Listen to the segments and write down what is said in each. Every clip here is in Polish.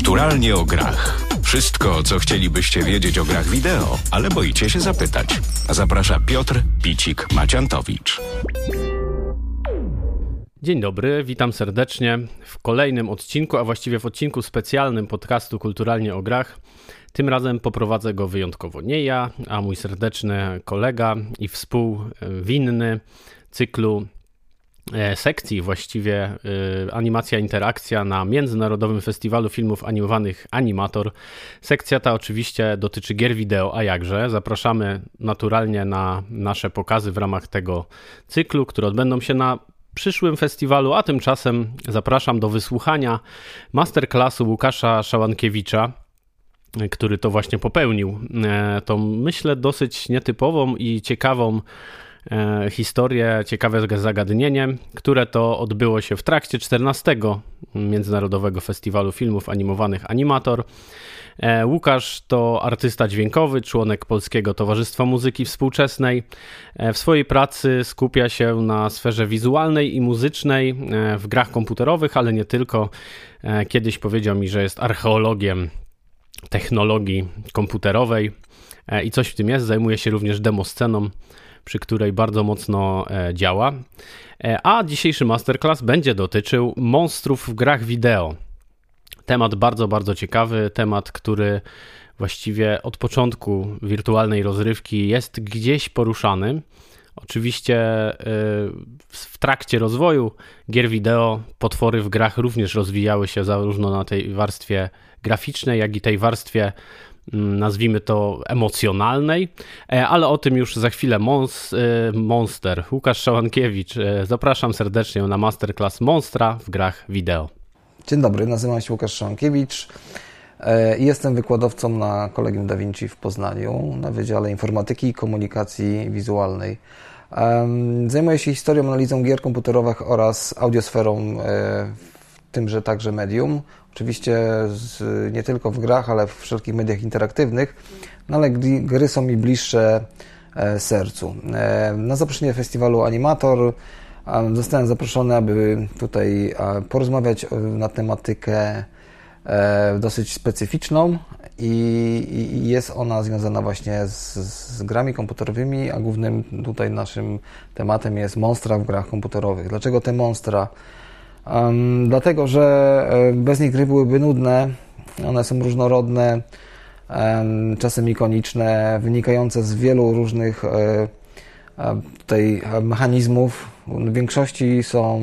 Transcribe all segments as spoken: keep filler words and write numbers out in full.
Kulturalnie o grach. Wszystko, co chcielibyście wiedzieć o grach wideo, ale boicie się zapytać. Zaprasza Piotr Picik-Maciantowicz. Dzień dobry, witam serdecznie w kolejnym odcinku, a właściwie w odcinku specjalnym podcastu Kulturalnie o grach. Tym razem poprowadzę go wyjątkowo nie ja, a mój serdeczny kolega i współwinny cyklu sekcji, właściwie animacja interakcja na Międzynarodowym Festiwalu Filmów Animowanych Animator. Sekcja ta oczywiście dotyczy gier wideo, a jakże. Zapraszamy naturalnie na nasze pokazy w ramach tego cyklu, które odbędą się na przyszłym festiwalu, a tymczasem zapraszam do wysłuchania masterclassu Łukasza Szałankiewicza, który to właśnie popełnił tą, myślę, dosyć nietypową i ciekawą historię, ciekawe zagadnienie, które to odbyło się w trakcie czternastego Międzynarodowego Festiwalu Filmów Animowanych Animator. Łukasz to artysta dźwiękowy, członek Polskiego Towarzystwa Muzyki Współczesnej. W swojej pracy skupia się na sferze wizualnej i muzycznej w grach komputerowych, ale nie tylko. Kiedyś powiedział mi, że jest archeologiem technologii komputerowej i coś w tym jest. Zajmuje się również demosceną, przy której bardzo mocno działa. A dzisiejszy masterclass będzie dotyczył monstrów w grach wideo. Temat bardzo, bardzo ciekawy, temat, który właściwie od początku wirtualnej rozrywki jest gdzieś poruszany. Oczywiście w trakcie rozwoju gier wideo potwory w grach również rozwijały się zarówno na tej warstwie graficznej, jak i tej warstwie, nazwijmy to, emocjonalnej, ale o tym już za chwilę. Mons, Monster, Łukasz Szałankiewicz, zapraszam serdecznie na masterclass Monstra w grach wideo. Dzień dobry, nazywam się Łukasz Szałankiewicz i jestem wykładowcą na Collegium Da Vinci w Poznaniu na Wydziale Informatyki i Komunikacji Wizualnej. Zajmuję się historią, analizą gier komputerowych oraz audiosferą w tymże także medium. Oczywiście z, nie tylko w grach, ale w wszelkich mediach interaktywnych, no ale gry są mi bliższe sercu. Na zaproszenie festiwalu Animator zostałem zaproszony, aby tutaj porozmawiać na tematykę dosyć specyficzną i jest ona związana właśnie z, z grami komputerowymi, a głównym tutaj naszym tematem jest monstra w grach komputerowych. Dlaczego te monstra? Um, dlatego, że bez nich gry byłyby nudne, one są różnorodne, um, czasem ikoniczne, wynikające z wielu różnych um, tutaj mechanizmów. W większości są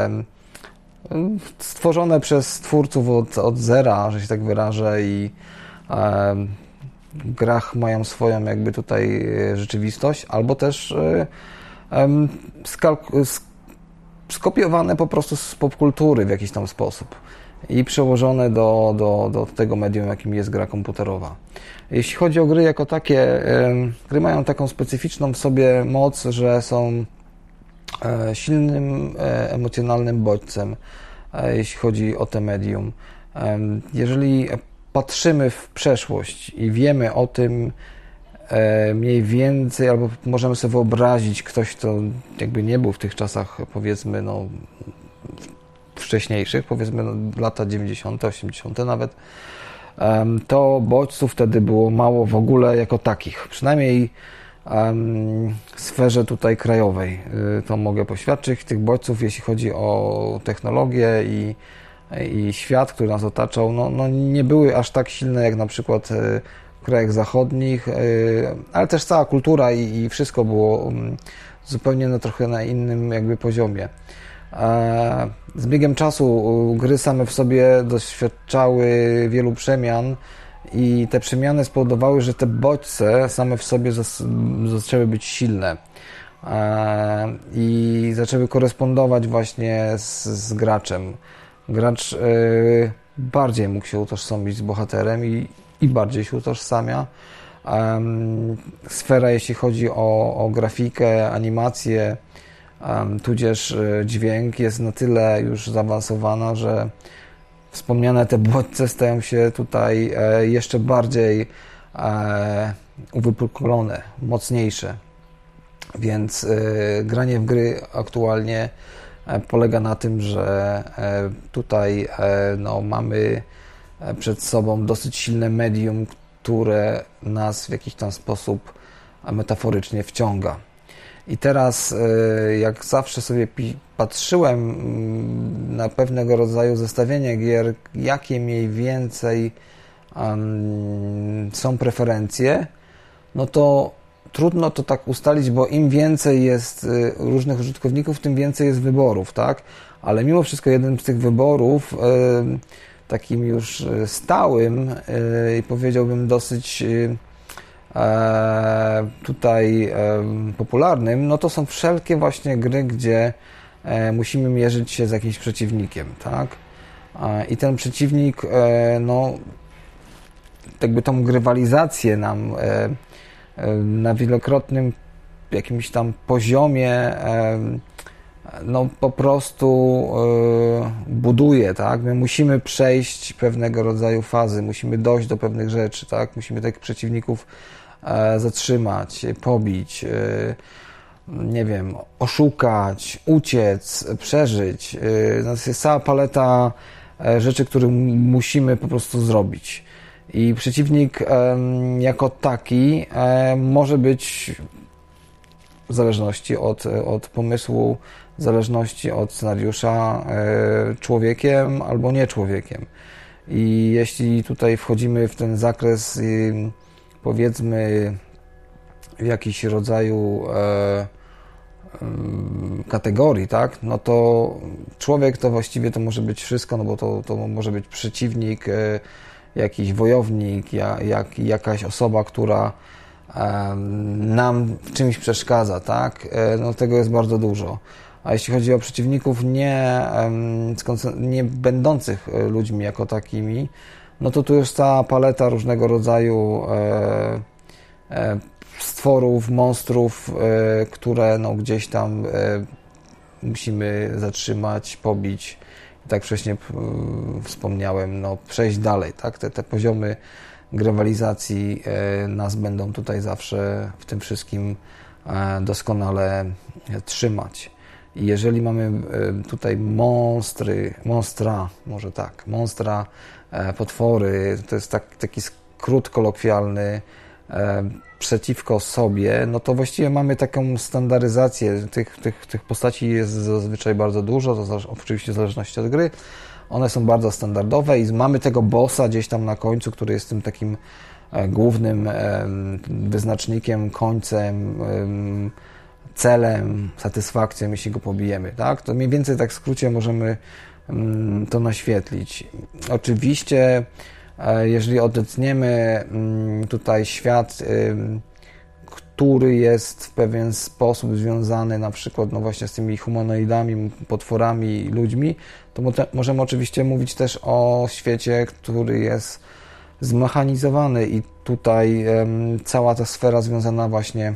um, stworzone przez twórców od, od zera, że się tak wyrażę, i um, w grach mają swoją jakby tutaj rzeczywistość, albo też um, skalk- skopiowane po prostu z popkultury w jakiś tam sposób i przełożone do, do, do tego medium, jakim jest gra komputerowa. Jeśli chodzi o gry jako takie, gry mają taką specyficzną w sobie moc, że są silnym emocjonalnym bodźcem, jeśli chodzi o te medium. Jeżeli patrzymy w przeszłość i wiemy o tym mniej więcej, albo możemy sobie wyobrazić, ktoś, kto jakby nie był w tych czasach, powiedzmy, no wcześniejszych, powiedzmy, no, lata dziewięćdziesiąte, osiemdziesiąte nawet, to bodźców wtedy było mało w ogóle jako takich. Przynajmniej w sferze tutaj krajowej to mogę poświadczyć. Tych bodźców, jeśli chodzi o technologię i, i świat, który nas otaczał, no, no nie były aż tak silne jak na przykład w krajach zachodnich, ale też cała kultura i, i wszystko było zupełnie na trochę na innym jakby poziomie. Z biegiem czasu gry same w sobie doświadczały wielu przemian i te przemiany spowodowały, że te bodźce same w sobie zaczęły być silne i zaczęły korespondować właśnie z, z graczem. Gracz bardziej mógł się utożsamić z bohaterem i i bardziej się utożsamia. Um, sfera, jeśli chodzi o, o grafikę, animację, um, tudzież dźwięk, jest na tyle już zaawansowana, że wspomniane te bodźce stają się tutaj e, jeszcze bardziej e, uwypuklone, mocniejsze. Więc e, granie w gry aktualnie e, polega na tym, że e, tutaj e, no, mamy przed sobą dosyć silne medium, które nas w jakiś tam sposób metaforycznie wciąga. I teraz, jak zawsze sobie patrzyłem na pewnego rodzaju zestawienie gier, jakie mniej więcej um, są preferencje, no to trudno to tak ustalić, bo im więcej jest różnych użytkowników, tym więcej jest wyborów, tak? Ale mimo wszystko jeden z tych wyborów, takim już stałym i powiedziałbym dosyć tutaj popularnym, no to są wszelkie właśnie gry, gdzie musimy mierzyć się z jakimś przeciwnikiem, tak? I ten przeciwnik, no, jakby tą grywalizację nam na wielokrotnym jakimś tam poziomie no po prostu buduje, tak? My musimy przejść pewnego rodzaju fazy, musimy dojść do pewnych rzeczy, tak? Musimy tych przeciwników zatrzymać, pobić, nie wiem, oszukać, uciec, przeżyć. No, jest cała paleta rzeczy, które musimy po prostu zrobić. I przeciwnik jako taki może być w zależności od, od pomysłu, w zależności od scenariusza człowiekiem albo nie człowiekiem. I jeśli tutaj wchodzimy w ten zakres, powiedzmy, w jakiś rodzaju kategorii, tak, no to człowiek to właściwie to może być wszystko, no bo to, to może być przeciwnik, jakiś wojownik, jak, jakaś osoba, która nam w czymś przeszkadza, tak? No tego jest bardzo dużo. A jeśli chodzi o przeciwników nie, nie będących ludźmi jako takimi, no to tu jest cała paleta różnego rodzaju stworów, monstrów, które no gdzieś tam musimy zatrzymać, pobić. Tak wcześniej wspomniałem, no przejść dalej, tak? Te, te poziomy grywalizacji nas będą tutaj zawsze w tym wszystkim doskonale trzymać. I jeżeli mamy tutaj monstry, monstra, może tak, monstra, potwory, to jest tak, taki skrót kolokwialny, przeciwko sobie, no to właściwie mamy taką standaryzację. Tych, tych, tych postaci jest zazwyczaj bardzo dużo, to oczywiście w zależności od gry. One są bardzo standardowe i mamy tego bossa gdzieś tam na końcu, który jest tym takim głównym wyznacznikiem, końcem, celem, satysfakcją, jeśli go pobijemy, tak? To mniej więcej tak w skrócie możemy to naświetlić. Oczywiście, jeżeli odetniemy tutaj świat, który jest w pewien sposób związany na przykład no właśnie z tymi humanoidami, potworami, ludźmi, to możemy oczywiście mówić też o świecie, który jest zmechanizowany i tutaj cała ta sfera związana właśnie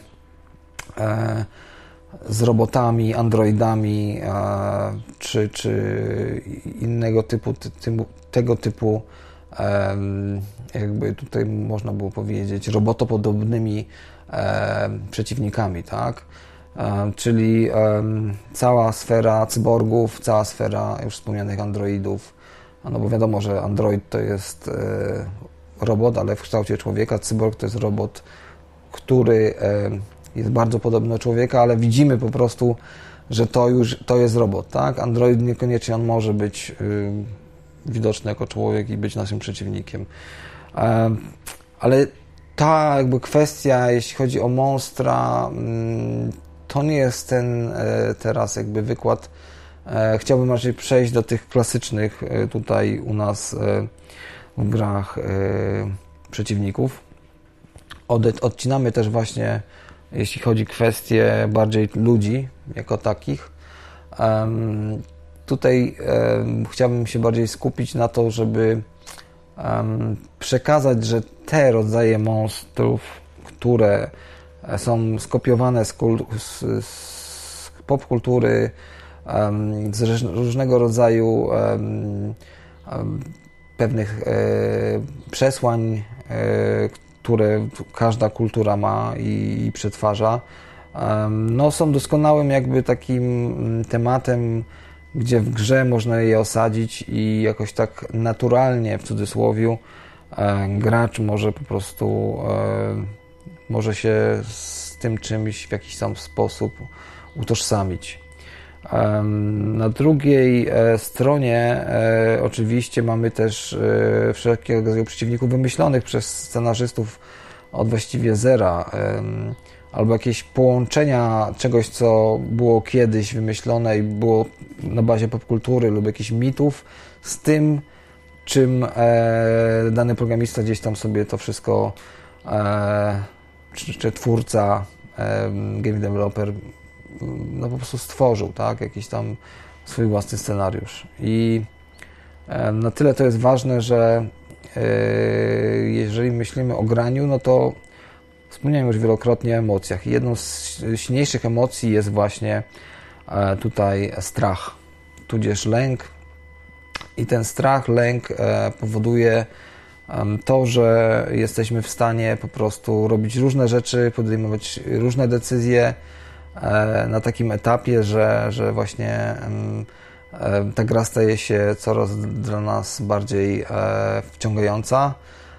z robotami, androidami czy, czy innego typu, tego typu jakby tutaj można było powiedzieć robotopodobnymi przeciwnikami, tak? Czyli cała sfera cyborgów, cała sfera już wspomnianych androidów, no bo wiadomo, że android to jest robot, ale w kształcie człowieka, cyborg to jest robot, który jest bardzo podobny do człowieka, ale widzimy po prostu, że to już to jest robot, tak? Android niekoniecznie on może być widoczny jako człowiek i być naszym przeciwnikiem. Ale ta jakby kwestia, jeśli chodzi o monstra, to nie jest ten teraz jakby wykład. Chciałbym raczej przejść do tych klasycznych tutaj u nas w grach przeciwników. Odcinamy też właśnie, jeśli chodzi o kwestie bardziej ludzi jako takich. Tutaj chciałbym się bardziej skupić na to, żeby przekazać, że te rodzaje monstrów, które są skopiowane z, z, z popkultury, z różnego rodzaju pewnych przesłań, które każda kultura ma i przetwarza, no są doskonałym jakby takim tematem gdzie w grze można je osadzić i jakoś tak naturalnie, w cudzysłowie, gracz może po prostu może się z tym czymś w jakiś tam sposób utożsamić. Na drugiej stronie oczywiście mamy też wszelkiego rodzaju przeciwników wymyślonych przez scenarzystów od właściwie zera, albo jakieś połączenia czegoś, co było kiedyś wymyślone i było na bazie popkultury lub jakichś mitów z tym, czym dany programista gdzieś tam sobie to wszystko, czy, czy twórca, game developer, no po prostu stworzył, tak, jakiś tam swój własny scenariusz. I na tyle to jest ważne, że jeżeli myślimy o graniu, no to wspomniałem już wielokrotnie o emocjach. I jedną z silniejszych emocji jest właśnie tutaj strach, tudzież lęk. I ten strach, lęk powoduje to, że jesteśmy w stanie po prostu robić różne rzeczy, podejmować różne decyzje na takim etapie, że, że właśnie ta gra staje się coraz dla nas bardziej wciągająca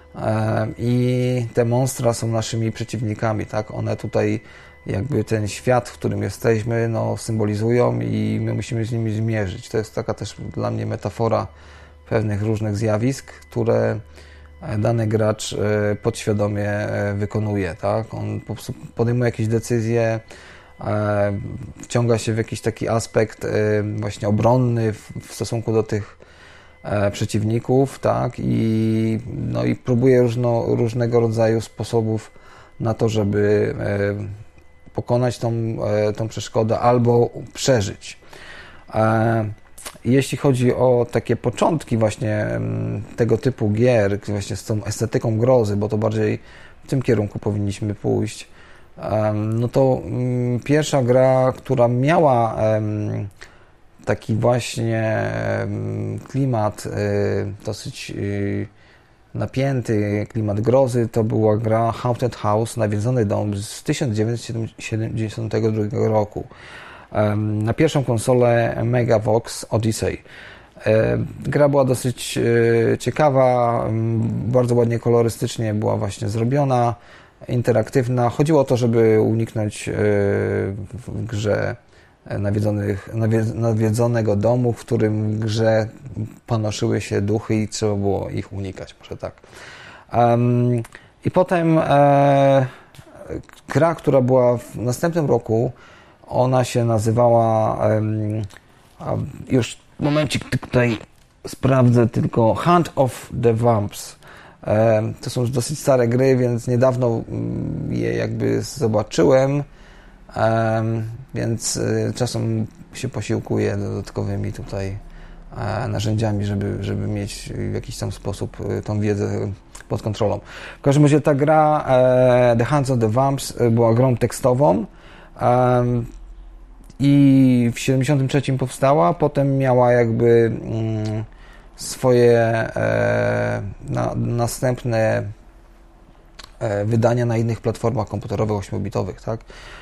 i te monstra są naszymi przeciwnikami, tak? One tutaj jakby ten świat, w którym jesteśmy, no, symbolizują i my musimy z nimi zmierzyć. To jest taka też dla mnie metafora pewnych różnych zjawisk, które dany gracz podświadomie wykonuje, tak? On po prostu podejmuje jakieś decyzje, wciąga się w jakiś taki aspekt właśnie obronny w stosunku do tych przeciwników, tak? I, no i próbuje różno, różnego rodzaju sposobów na to, żeby pokonać tą, tą przeszkodę albo przeżyć. Jeśli chodzi o takie początki właśnie tego typu gier, właśnie z tą estetyką grozy, bo to bardziej w tym kierunku powinniśmy pójść, no to pierwsza gra, która miała taki właśnie klimat dosyć napięty, klimat grozy, to była gra Haunted House, Nawiedzony dom z tysiąc dziewięćset siedemdziesiątego drugiego roku. Na pierwszą konsolę Megavox Odyssey. Gra była dosyć ciekawa, bardzo ładnie kolorystycznie była właśnie zrobiona, interaktywna. Chodziło o to, żeby uniknąć w grze nawiedzonych, nawiedzonego domu, w którym w grze panoszyły się duchy i trzeba było ich unikać, może tak. I potem gra, która była w następnym roku, ona się nazywała, już momencik tutaj sprawdzę tylko, Hunt of the Vamps. To są już dosyć stare gry, więc niedawno je jakby zobaczyłem, więc czasem się posiłkuję dodatkowymi tutaj narzędziami, żeby, żeby mieć w jakiś tam sposób tą wiedzę pod kontrolą. W każdym razie ta gra The Hunt of the Vamps była grą tekstową i w siedemdziesiątym trzecim powstała, potem miała jakby swoje na, następne wydania na innych platformach komputerowych ośmiobitowych, tak?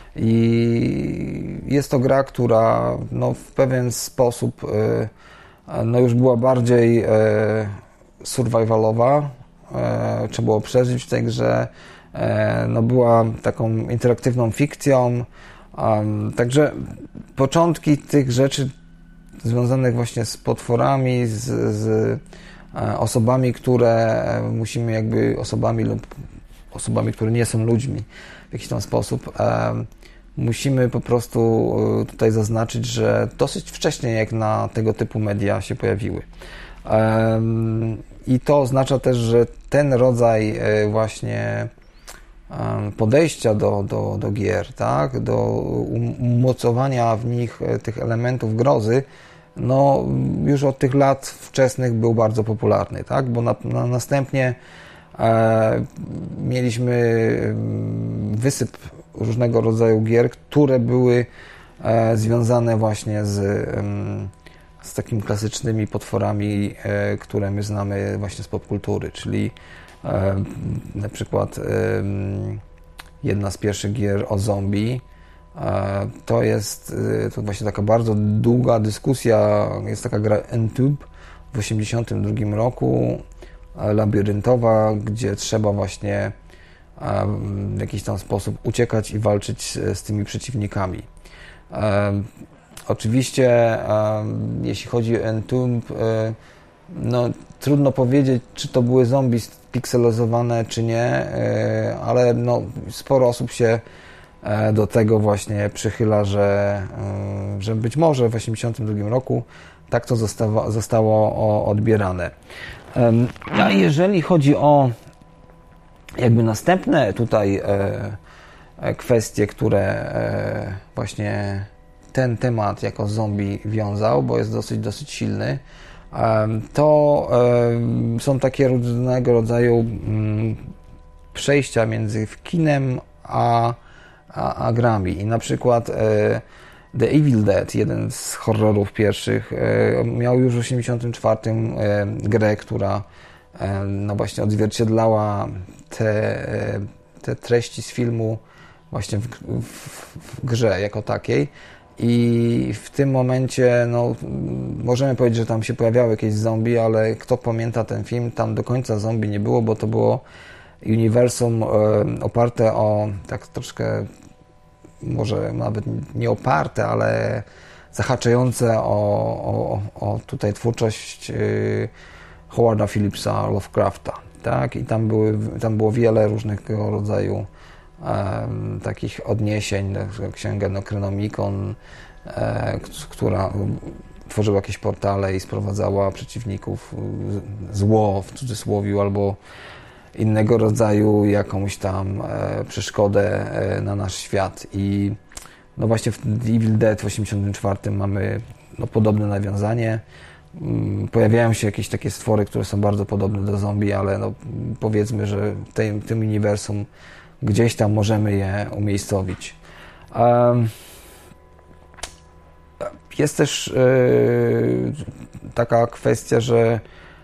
I jest to gra, która no, w pewien sposób no, już była bardziej survivalowa, trzeba było przeżyć w tej grze, no, była taką interaktywną fikcją, także początki tych rzeczy związanych właśnie z potworami, z, z osobami, które musimy jakby osobami lub osobami, które nie są ludźmi w jakiś tam sposób. Musimy po prostu tutaj zaznaczyć, że dosyć wcześnie jak na tego typu media się pojawiły. I to oznacza też, że ten rodzaj właśnie podejścia do, do, do gier, tak, do umocowania w nich tych elementów grozy, no już od tych lat wczesnych był bardzo popularny, tak, bo na, na następnie e, mieliśmy wysyp różnego rodzaju gier, które były e, związane właśnie z, e, z takimi klasycznymi potworami, e, które my znamy właśnie z popkultury, czyli na przykład jedna z pierwszych gier o zombie To jest to właśnie taka bardzo długa dyskusja. Jest taka gra Entombed w osiemdziesiątym drugim roku, labiryntowa, gdzie trzeba właśnie w jakiś tam sposób uciekać i walczyć z tymi przeciwnikami. Oczywiście, jeśli chodzi o Entombed, no trudno powiedzieć, czy to były zombie spikselozowane, czy nie, ale no, sporo osób się do tego właśnie przychyla, że, że być może w osiemdziesiątym drugim roku tak to zostało, zostało odbierane. A jeżeli chodzi o jakby następne tutaj kwestie, które właśnie ten temat jako zombie wiązał, bo jest dosyć, dosyć silny, to są takie różnego rodzaju przejścia między kinem a, a, a grami. I na przykład The Evil Dead, jeden z horrorów pierwszych, miał już w osiemdziesiątym czwartym grę, która no właśnie odzwierciedlała te, te treści z filmu właśnie w, w, w grze jako takiej. I w tym momencie, no, możemy powiedzieć, że tam się pojawiały jakieś zombie, ale kto pamięta ten film, tam do końca zombie nie było, bo to było uniwersum e, oparte o, tak troszkę, może nawet nie oparte, ale zahaczające o, o, o tutaj twórczość e, Howarda Phillipsa Lovecrafta, tak? I tam, były, tam było wiele różnego rodzaju Um, takich odniesień, księga Necronomicon, e, która tworzyła jakieś portale i sprowadzała przeciwników, zło w cudzysłowie, albo innego rodzaju jakąś tam e, przeszkodę e, na nasz świat. I no właśnie w Evil Dead w osiemdziesiątym czwartym mamy no, podobne nawiązanie. Pojawiają się jakieś takie stwory, które są bardzo podobne do zombie, ale no, powiedzmy, że w tym, tym uniwersum gdzieś tam możemy je umiejscowić. Jest też taka kwestia, że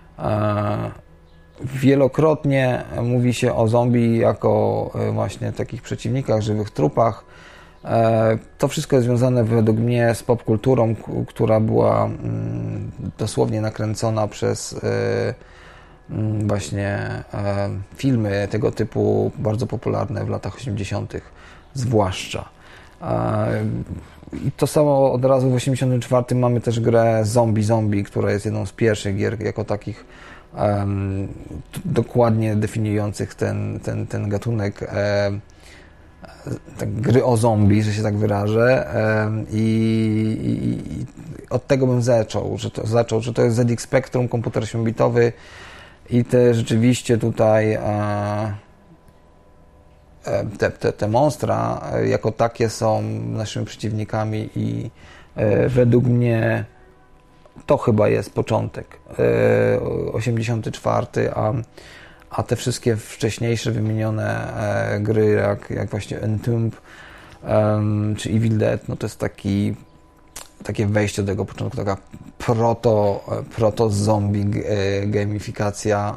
wielokrotnie mówi się o zombie jako właśnie takich przeciwnikach, żywych trupach. To wszystko jest związane według mnie z popkulturą, która była dosłownie nakręcona przez właśnie filmy tego typu, bardzo popularne w latach osiemdziesiątych zwłaszcza. I to samo od razu w osiemdziesiątym czwartym mamy też grę Zombie Zombie, która jest jedną z pierwszych gier jako takich um, dokładnie definiujących ten, ten, ten gatunek um, tak, gry o zombie, że się tak wyrażę. Um, i, i od tego bym zaczął, że to, zaczął, że to jest Z X Spectrum, komputer ośmiobitowy i te rzeczywiście tutaj e, Te, te, te monstra jako takie są naszymi przeciwnikami i e, według mnie to chyba jest początek e, osiemdziesiąty czwarty, a, a te wszystkie wcześniejsze wymienione e, gry jak, jak właśnie Entombed e, czy Evil Dead, no to jest taki takie wejście do tego początku, taka proto, proto zombie e, gamifikacja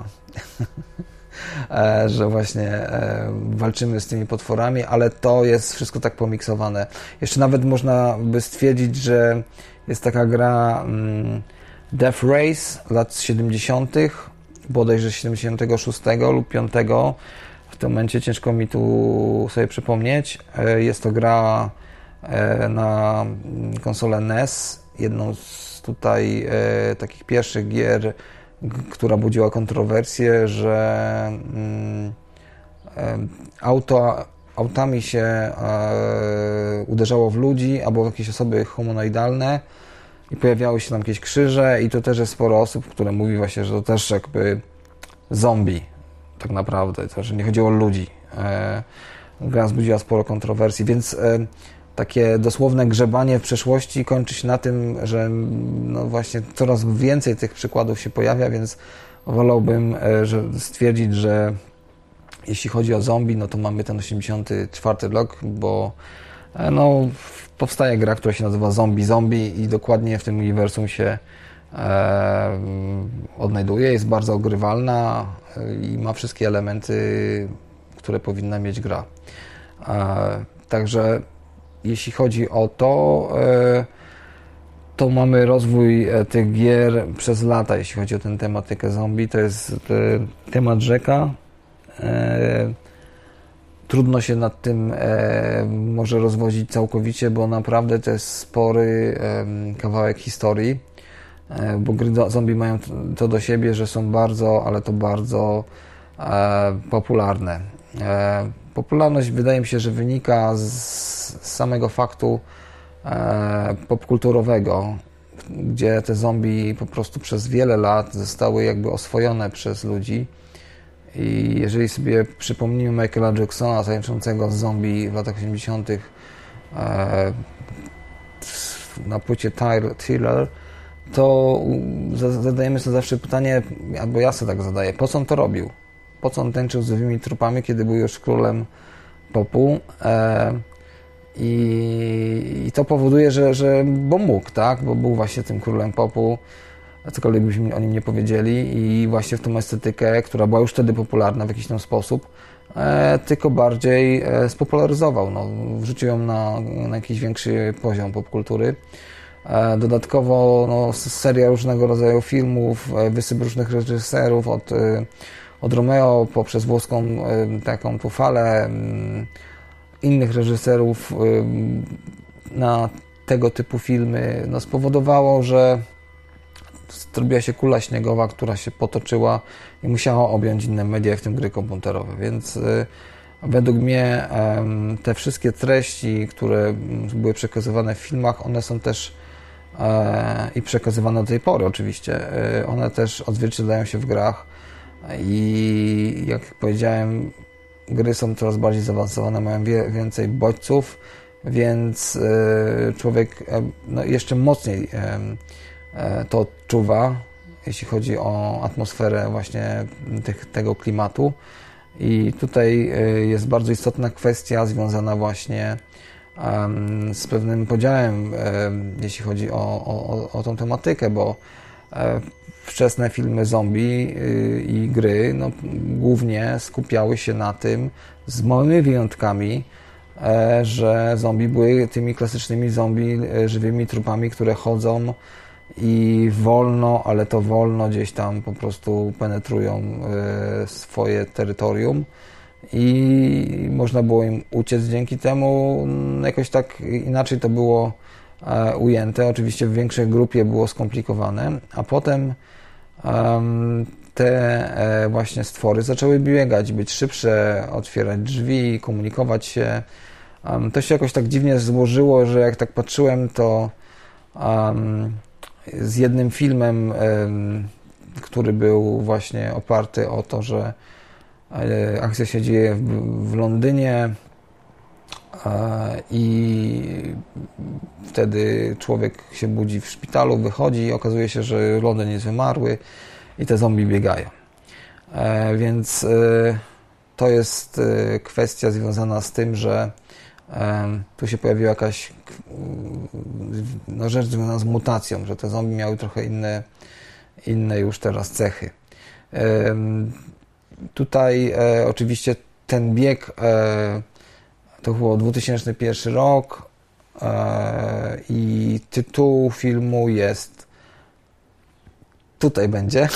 że właśnie walczymy z tymi potworami, ale to jest wszystko tak pomiksowane. Jeszcze nawet można by stwierdzić, że jest taka gra Death Race lat siedemdziesiątych, bodajże siedemdziesiątego szóstego lub piątego. W tym momencie ciężko mi tu sobie przypomnieć. Jest to gra na konsolę N E S, jedną z tutaj takich pierwszych gier, która budziła kontrowersję, że mm, auto, autami się e, uderzało w ludzi albo w jakieś osoby humanoidalne i pojawiały się tam jakieś krzyże i to też jest sporo osób, które mówi właśnie, że to też jakby zombie tak naprawdę, to, że nie chodziło o ludzi. E, gra wzbudziła sporo kontrowersji, więc e, takie dosłowne grzebanie w przeszłości kończy się na tym, że no właśnie coraz więcej tych przykładów się pojawia, więc wolałbym że stwierdzić, że jeśli chodzi o zombie, no to mamy ten osiemdziesiąty czwarty rok, bo no, powstaje gra, która się nazywa Zombie Zombie i dokładnie w tym uniwersum się e, odnajduje, jest bardzo ogrywalna i ma wszystkie elementy, które powinna mieć gra. E, także jeśli chodzi o to, to mamy rozwój tych gier przez lata, jeśli chodzi o tę tematykę zombie. To jest temat rzeka. Trudno się nad tym może rozwodzić całkowicie, bo naprawdę to jest spory kawałek historii, bo gry zombie mają to do siebie, że są bardzo, ale to bardzo popularne. Popularność wydaje mi się, że wynika z samego faktu popkulturowego, gdzie te zombie po prostu przez wiele lat zostały jakby oswojone przez ludzi. I jeżeli sobie przypomnimy Michaela Jacksona tańczącego z zombie w latach osiemdziesiątych na płycie Thriller, to zadajemy sobie zawsze pytanie, albo ja sobie tak zadaję, po co on to robił? Po co on tańczył z żywymi trupami, kiedy był już królem popu? I, i to powoduje, że, że bo mógł, tak? Bo był właśnie tym królem popu, cokolwiek byśmy o nim nie powiedzieli, i właśnie w tą estetykę, która była już wtedy popularna w jakiś tam sposób, e, tylko bardziej e, spopularyzował, no, wrzucił ją na, na jakiś większy poziom popkultury. E, dodatkowo no, seria różnego rodzaju filmów, e, wysyp różnych reżyserów, od, e, od Romeo poprzez włoską e, taką tu falę, e, innych reżyserów e, na tego typu filmy, no, spowodowało, że zrobiła się kula śniegowa, która się potoczyła i musiała objąć inne media, w tym gry komputerowe. Więc y, według mnie y, te wszystkie treści, które były przekazywane w filmach, one są też y, i przekazywane do tej pory oczywiście, y, one też odzwierciedlają się w grach i jak powiedziałem, gry są coraz bardziej zaawansowane, mają wie, więcej bodźców, więc y, człowiek y, no, jeszcze mocniej y, to odczuwa, jeśli chodzi o atmosferę właśnie tych, tego klimatu. I tutaj jest bardzo istotna kwestia związana właśnie um, z pewnym podziałem, um, jeśli chodzi o, o, o tą tematykę, bo um, wczesne filmy zombie y, i gry no, głównie skupiały się na tym, z małymi wyjątkami, e, że zombie były tymi klasycznymi zombie, e, żywymi trupami, które chodzą i wolno, ale to wolno gdzieś tam po prostu penetrują y, swoje terytorium i można było im uciec dzięki temu. Jakoś tak inaczej to było e, ujęte. Oczywiście w większej grupie było skomplikowane, a potem um, te e, właśnie stwory zaczęły biegać, być szybsze, otwierać drzwi, komunikować się. Um, to się jakoś tak dziwnie złożyło, że jak tak patrzyłem, to um, z jednym filmem, który był właśnie oparty o to, że akcja się dzieje w Londynie i wtedy człowiek się budzi w szpitalu, wychodzi i okazuje się, że Londyn jest wymarły i te zombie biegają. Więc to jest kwestia związana z tym, że tu się pojawiła jakaś no, rzecz związana z mutacją, że te zombie miały trochę inne, inne już teraz cechy. Tutaj e, oczywiście ten bieg e, to było dwa tysiące pierwszy rok e, i tytuł filmu jest tutaj będzie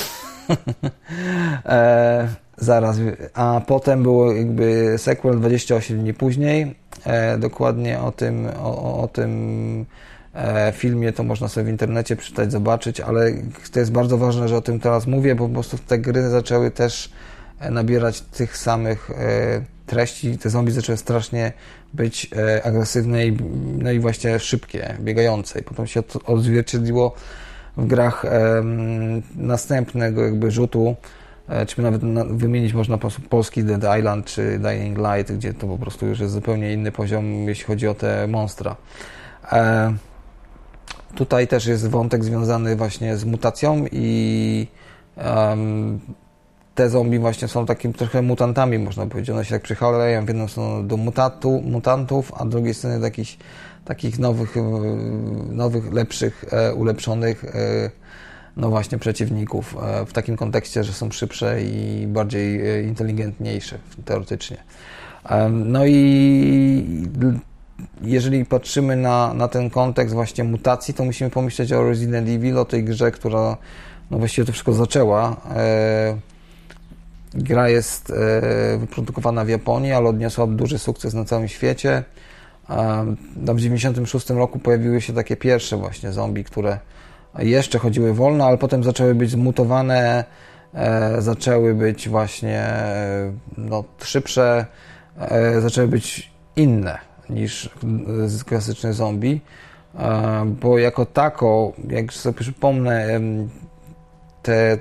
e, zaraz, a potem było jakby sequel dwadzieścia osiem dni później. E, dokładnie o tym, o, o tym e, filmie to można sobie w internecie przeczytać, zobaczyć, ale to jest bardzo ważne, że o tym teraz mówię, bo po prostu te gry zaczęły też nabierać tych samych e, treści. Te zombie zaczęły strasznie być e, agresywne i, no i właśnie szybkie, biegające. I potem się to odzwierciedliło w grach e, następnego jakby rzutu, czy nawet wymienić można po prostu polski Dead Island czy Dying Light, gdzie to po prostu już jest zupełnie inny poziom, jeśli chodzi o te monstra. E, tutaj też jest wątek związany właśnie z mutacją i um, te zombie właśnie są takimi trochę mutantami, można powiedzieć. One się tak przychaleją w jedną stronę do mutatu, mutantów, a z drugiej strony do jakichś takich nowych, nowych lepszych, e, ulepszonych e, no właśnie przeciwników w takim kontekście, że są szybsze i bardziej inteligentniejsze teoretycznie. No i jeżeli patrzymy na, na ten kontekst właśnie mutacji, to musimy pomyśleć o Resident Evil, o tej grze, która no właściwie to wszystko zaczęła. E, gra jest e, wyprodukowana w Japonii, ale odniosła duży sukces na całym świecie. E, w dziewięćdziesiątym szóstym roku pojawiły się takie pierwsze właśnie zombie, które jeszcze chodziły wolno, ale potem zaczęły być zmutowane, e, zaczęły być właśnie e, no, szybsze, e, zaczęły być inne niż z klasycznych zombie, e, bo jako tako, jak sobie przypomnę te,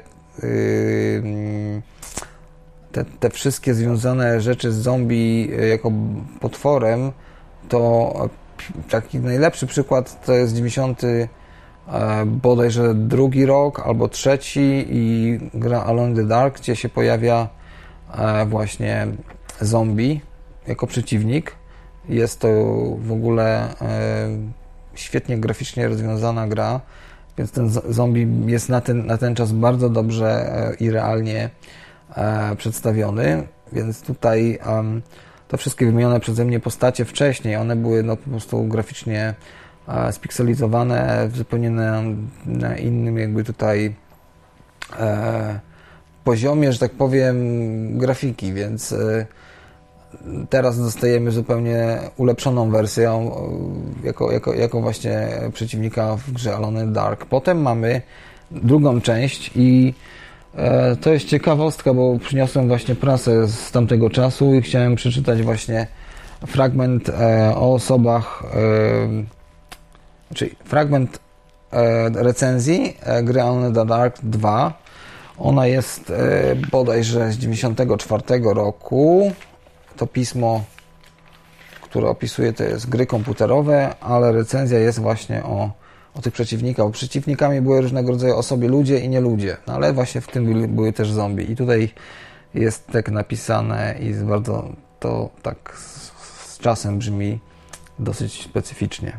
te, te wszystkie związane rzeczy z zombie jako potworem, to taki najlepszy przykład to jest dziewięćdziesiąty bodajże drugi rok albo trzeci i gra Alone in the Dark, gdzie się pojawia właśnie zombie jako przeciwnik. Jest to w ogóle świetnie graficznie rozwiązana gra, więc ten zombie jest na ten, na ten czas bardzo dobrze i realnie przedstawiony, więc tutaj te wszystkie wymienione przeze mnie postacie wcześniej, one były no po prostu graficznie spikselizowane zupełnie na, na innym jakby tutaj e, poziomie, że tak powiem, grafiki, więc e, teraz dostajemy zupełnie ulepszoną wersję e, jako, jako, jako właśnie przeciwnika w grze Alone in the Dark. Potem mamy drugą część i e, to jest ciekawostka, bo przyniosłem właśnie prasę z tamtego czasu i chciałem przeczytać właśnie fragment e, o osobach e, czyli fragment e, recenzji e, gry Alone in the Dark dwa. Ona jest e, bodajże z dziewięćdziesiątego czwartego roku. To pismo, które opisuje, to jest gry komputerowe, ale recenzja jest właśnie o, o tych przeciwnikach. Bo przeciwnikami były różnego rodzaju osoby, ludzie i nie ludzie, no, ale właśnie w tym były, były też zombie. I tutaj jest tak napisane i bardzo to tak z, z czasem brzmi dosyć specyficznie.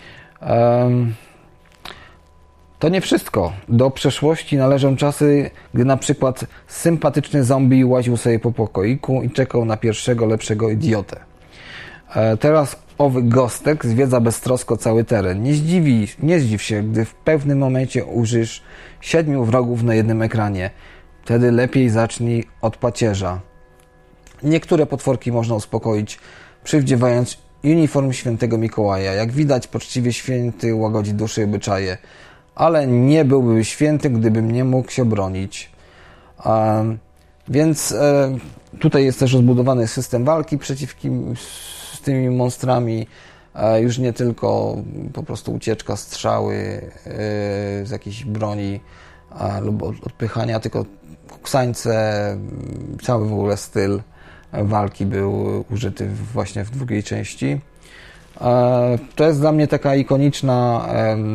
To nie wszystko. Do przeszłości należą czasy, gdy na przykład sympatyczny zombie łaził sobie po pokoiku i czekał na pierwszego, lepszego idiotę. Teraz owy gostek zwiedza beztrosko cały teren. Nie zdziwi, nie zdziw się, gdy w pewnym momencie ujrzysz siedmiu wrogów na jednym ekranie. Wtedy lepiej zacznij od pacierza. Niektóre potworki można uspokoić, przywdziewając uniform świętego Mikołaja. Jak widać, poczciwie święty łagodzi duszy i obyczaje. Ale nie byłby święty, gdybym nie mógł się bronić. Um, więc e, tutaj jest też rozbudowany system walki przeciw kim, z tymi monstrami. E, już nie tylko po prostu ucieczka, strzały e, z jakiejś broni e, lub odpychania, tylko kuksańce, cały w ogóle styl walki był użyty właśnie w drugiej części. To jest dla mnie taka ikoniczna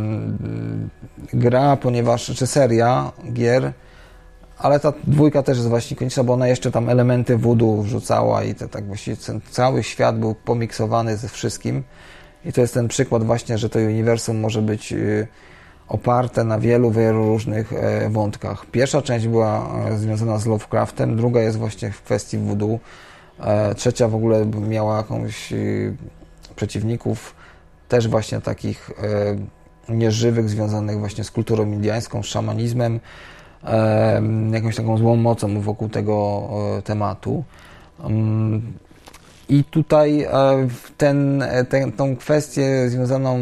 gra, ponieważ, czy seria gier, ale ta dwójka też jest właśnie ikoniczna, bo ona jeszcze tam elementy voodoo wrzucała i to tak właściwie ten cały świat był pomiksowany ze wszystkim. I to jest ten przykład właśnie, że to uniwersum może być oparte na wielu, wielu różnych wątkach. Pierwsza część była związana z Lovecraftem, druga jest właśnie w kwestii voodoo, trzecia w ogóle miała jakąś przeciwników też właśnie takich nieżywych, związanych właśnie z kulturą indiańską, z szamanizmem, jakąś taką złą mocą wokół tego tematu. I tutaj ten, ten, tą kwestię związaną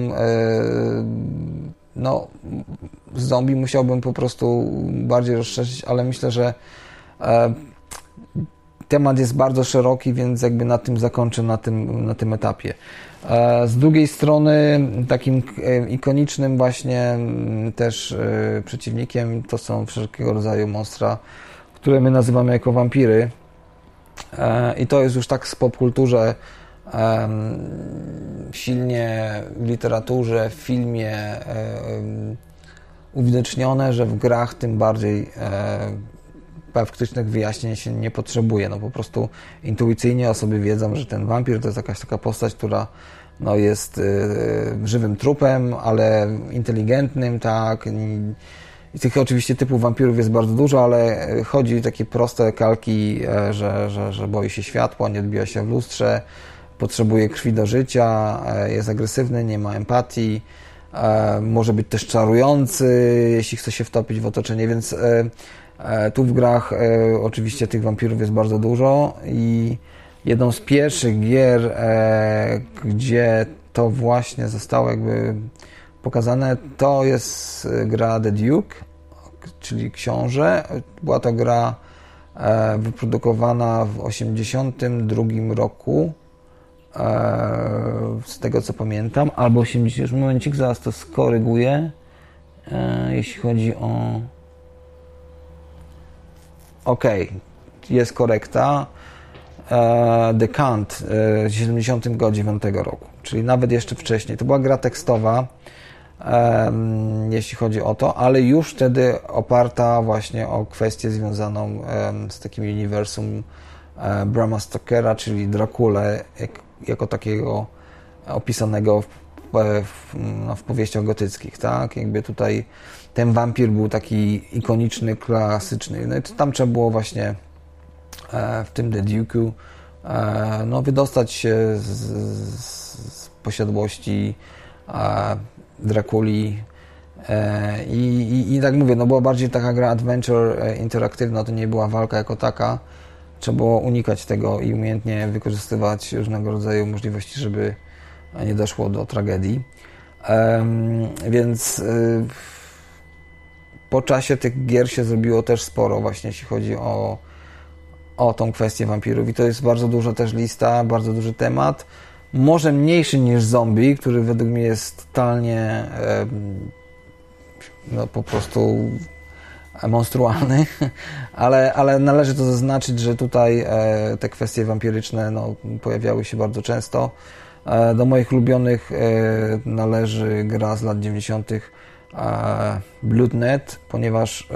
no, z zombie musiałbym po prostu bardziej rozszerzyć, ale myślę, że temat jest bardzo szeroki, więc jakby na tym zakończę na tym, na tym etapie. Z drugiej strony takim ikonicznym właśnie też przeciwnikiem to są wszelkiego rodzaju monstra, które my nazywamy jako wampiry. I to jest już tak w popkulturze silnie w literaturze, w filmie uwidocznione, że w grach tym bardziej faktycznych wyjaśnień się nie potrzebuje. No po prostu intuicyjnie osoby wiedzą, że ten wampir to jest jakaś taka postać, która no, jest y, żywym trupem, ale inteligentnym, tak. I, i tych oczywiście typów wampirów jest bardzo dużo, ale chodzi takie proste kalki, że, że, że boi się światła, nie odbija się w lustrze, potrzebuje krwi do życia, jest agresywny, nie ma empatii, może być też czarujący, jeśli chce się wtopić w otoczenie, więc tu w grach oczywiście tych wampirów jest bardzo dużo i jedną z pierwszych gier, gdzie to właśnie zostało jakby pokazane, to jest gra The Duke, czyli Książę. Była to gra wyprodukowana w osiemdziesiątym drugim roku, z tego co pamiętam, albo osiemdziesiątym, momencik, zaraz to skoryguję, jeśli chodzi o... Okej, okay, jest korekta. The Count z siedemdziesiątego dziewiątego roku, czyli nawet jeszcze wcześniej. To była gra tekstowa, jeśli chodzi o to, ale już wtedy oparta właśnie o kwestię związaną z takim uniwersum Brama Stokera, czyli Drakule, jak, jako takiego opisanego w, w, no, w powieściach gotyckich, tak? Jakby tutaj ten wampir był taki ikoniczny, klasyczny. No i to tam trzeba było właśnie w tym The Duke'u no, wydostać się z, z posiadłości Drakuli I, i, i tak mówię, no była bardziej taka gra adventure interaktywna, to nie była walka jako taka. Trzeba było unikać tego i umiejętnie wykorzystywać różnego rodzaju możliwości, żeby nie doszło do tragedii. Um, więc y, po czasie tych gier się zrobiło też sporo właśnie, jeśli chodzi o, o tą kwestię wampirów. I to jest bardzo duża też lista, bardzo duży temat. Może mniejszy niż zombie, który według mnie jest totalnie no po prostu monstrualny, ale, ale należy to zaznaczyć, że tutaj te kwestie wampiryczne no, pojawiały się bardzo często. Do moich ulubionych należy gra z lat dziewięćdziesiątych Bloodnet, ponieważ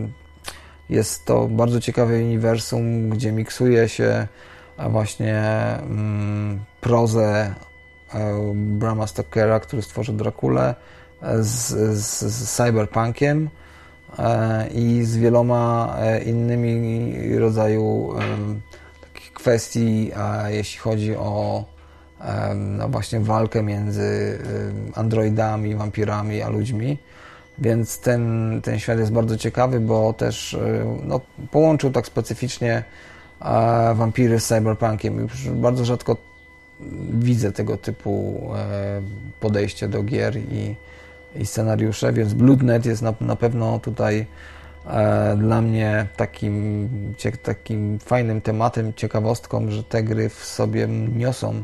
jest to bardzo ciekawe uniwersum, gdzie miksuje się właśnie mm, prozę e, Brama Stokera, który stworzył Drakulę, z, z, z cyberpunkiem e, i z wieloma e, innymi rodzaju e, takich kwestii, e, jeśli chodzi o e, no właśnie walkę między e, androidami, wampirami a ludźmi. Więc ten, ten świat jest bardzo ciekawy, bo też e, no, połączył tak specyficznie a wampiry z cyberpunkiem. Już bardzo rzadko widzę tego typu podejście do gier i, i scenariusze, więc Bloodnet jest na, na pewno tutaj dla mnie takim, takim fajnym tematem, ciekawostką, że te gry w sobie niosą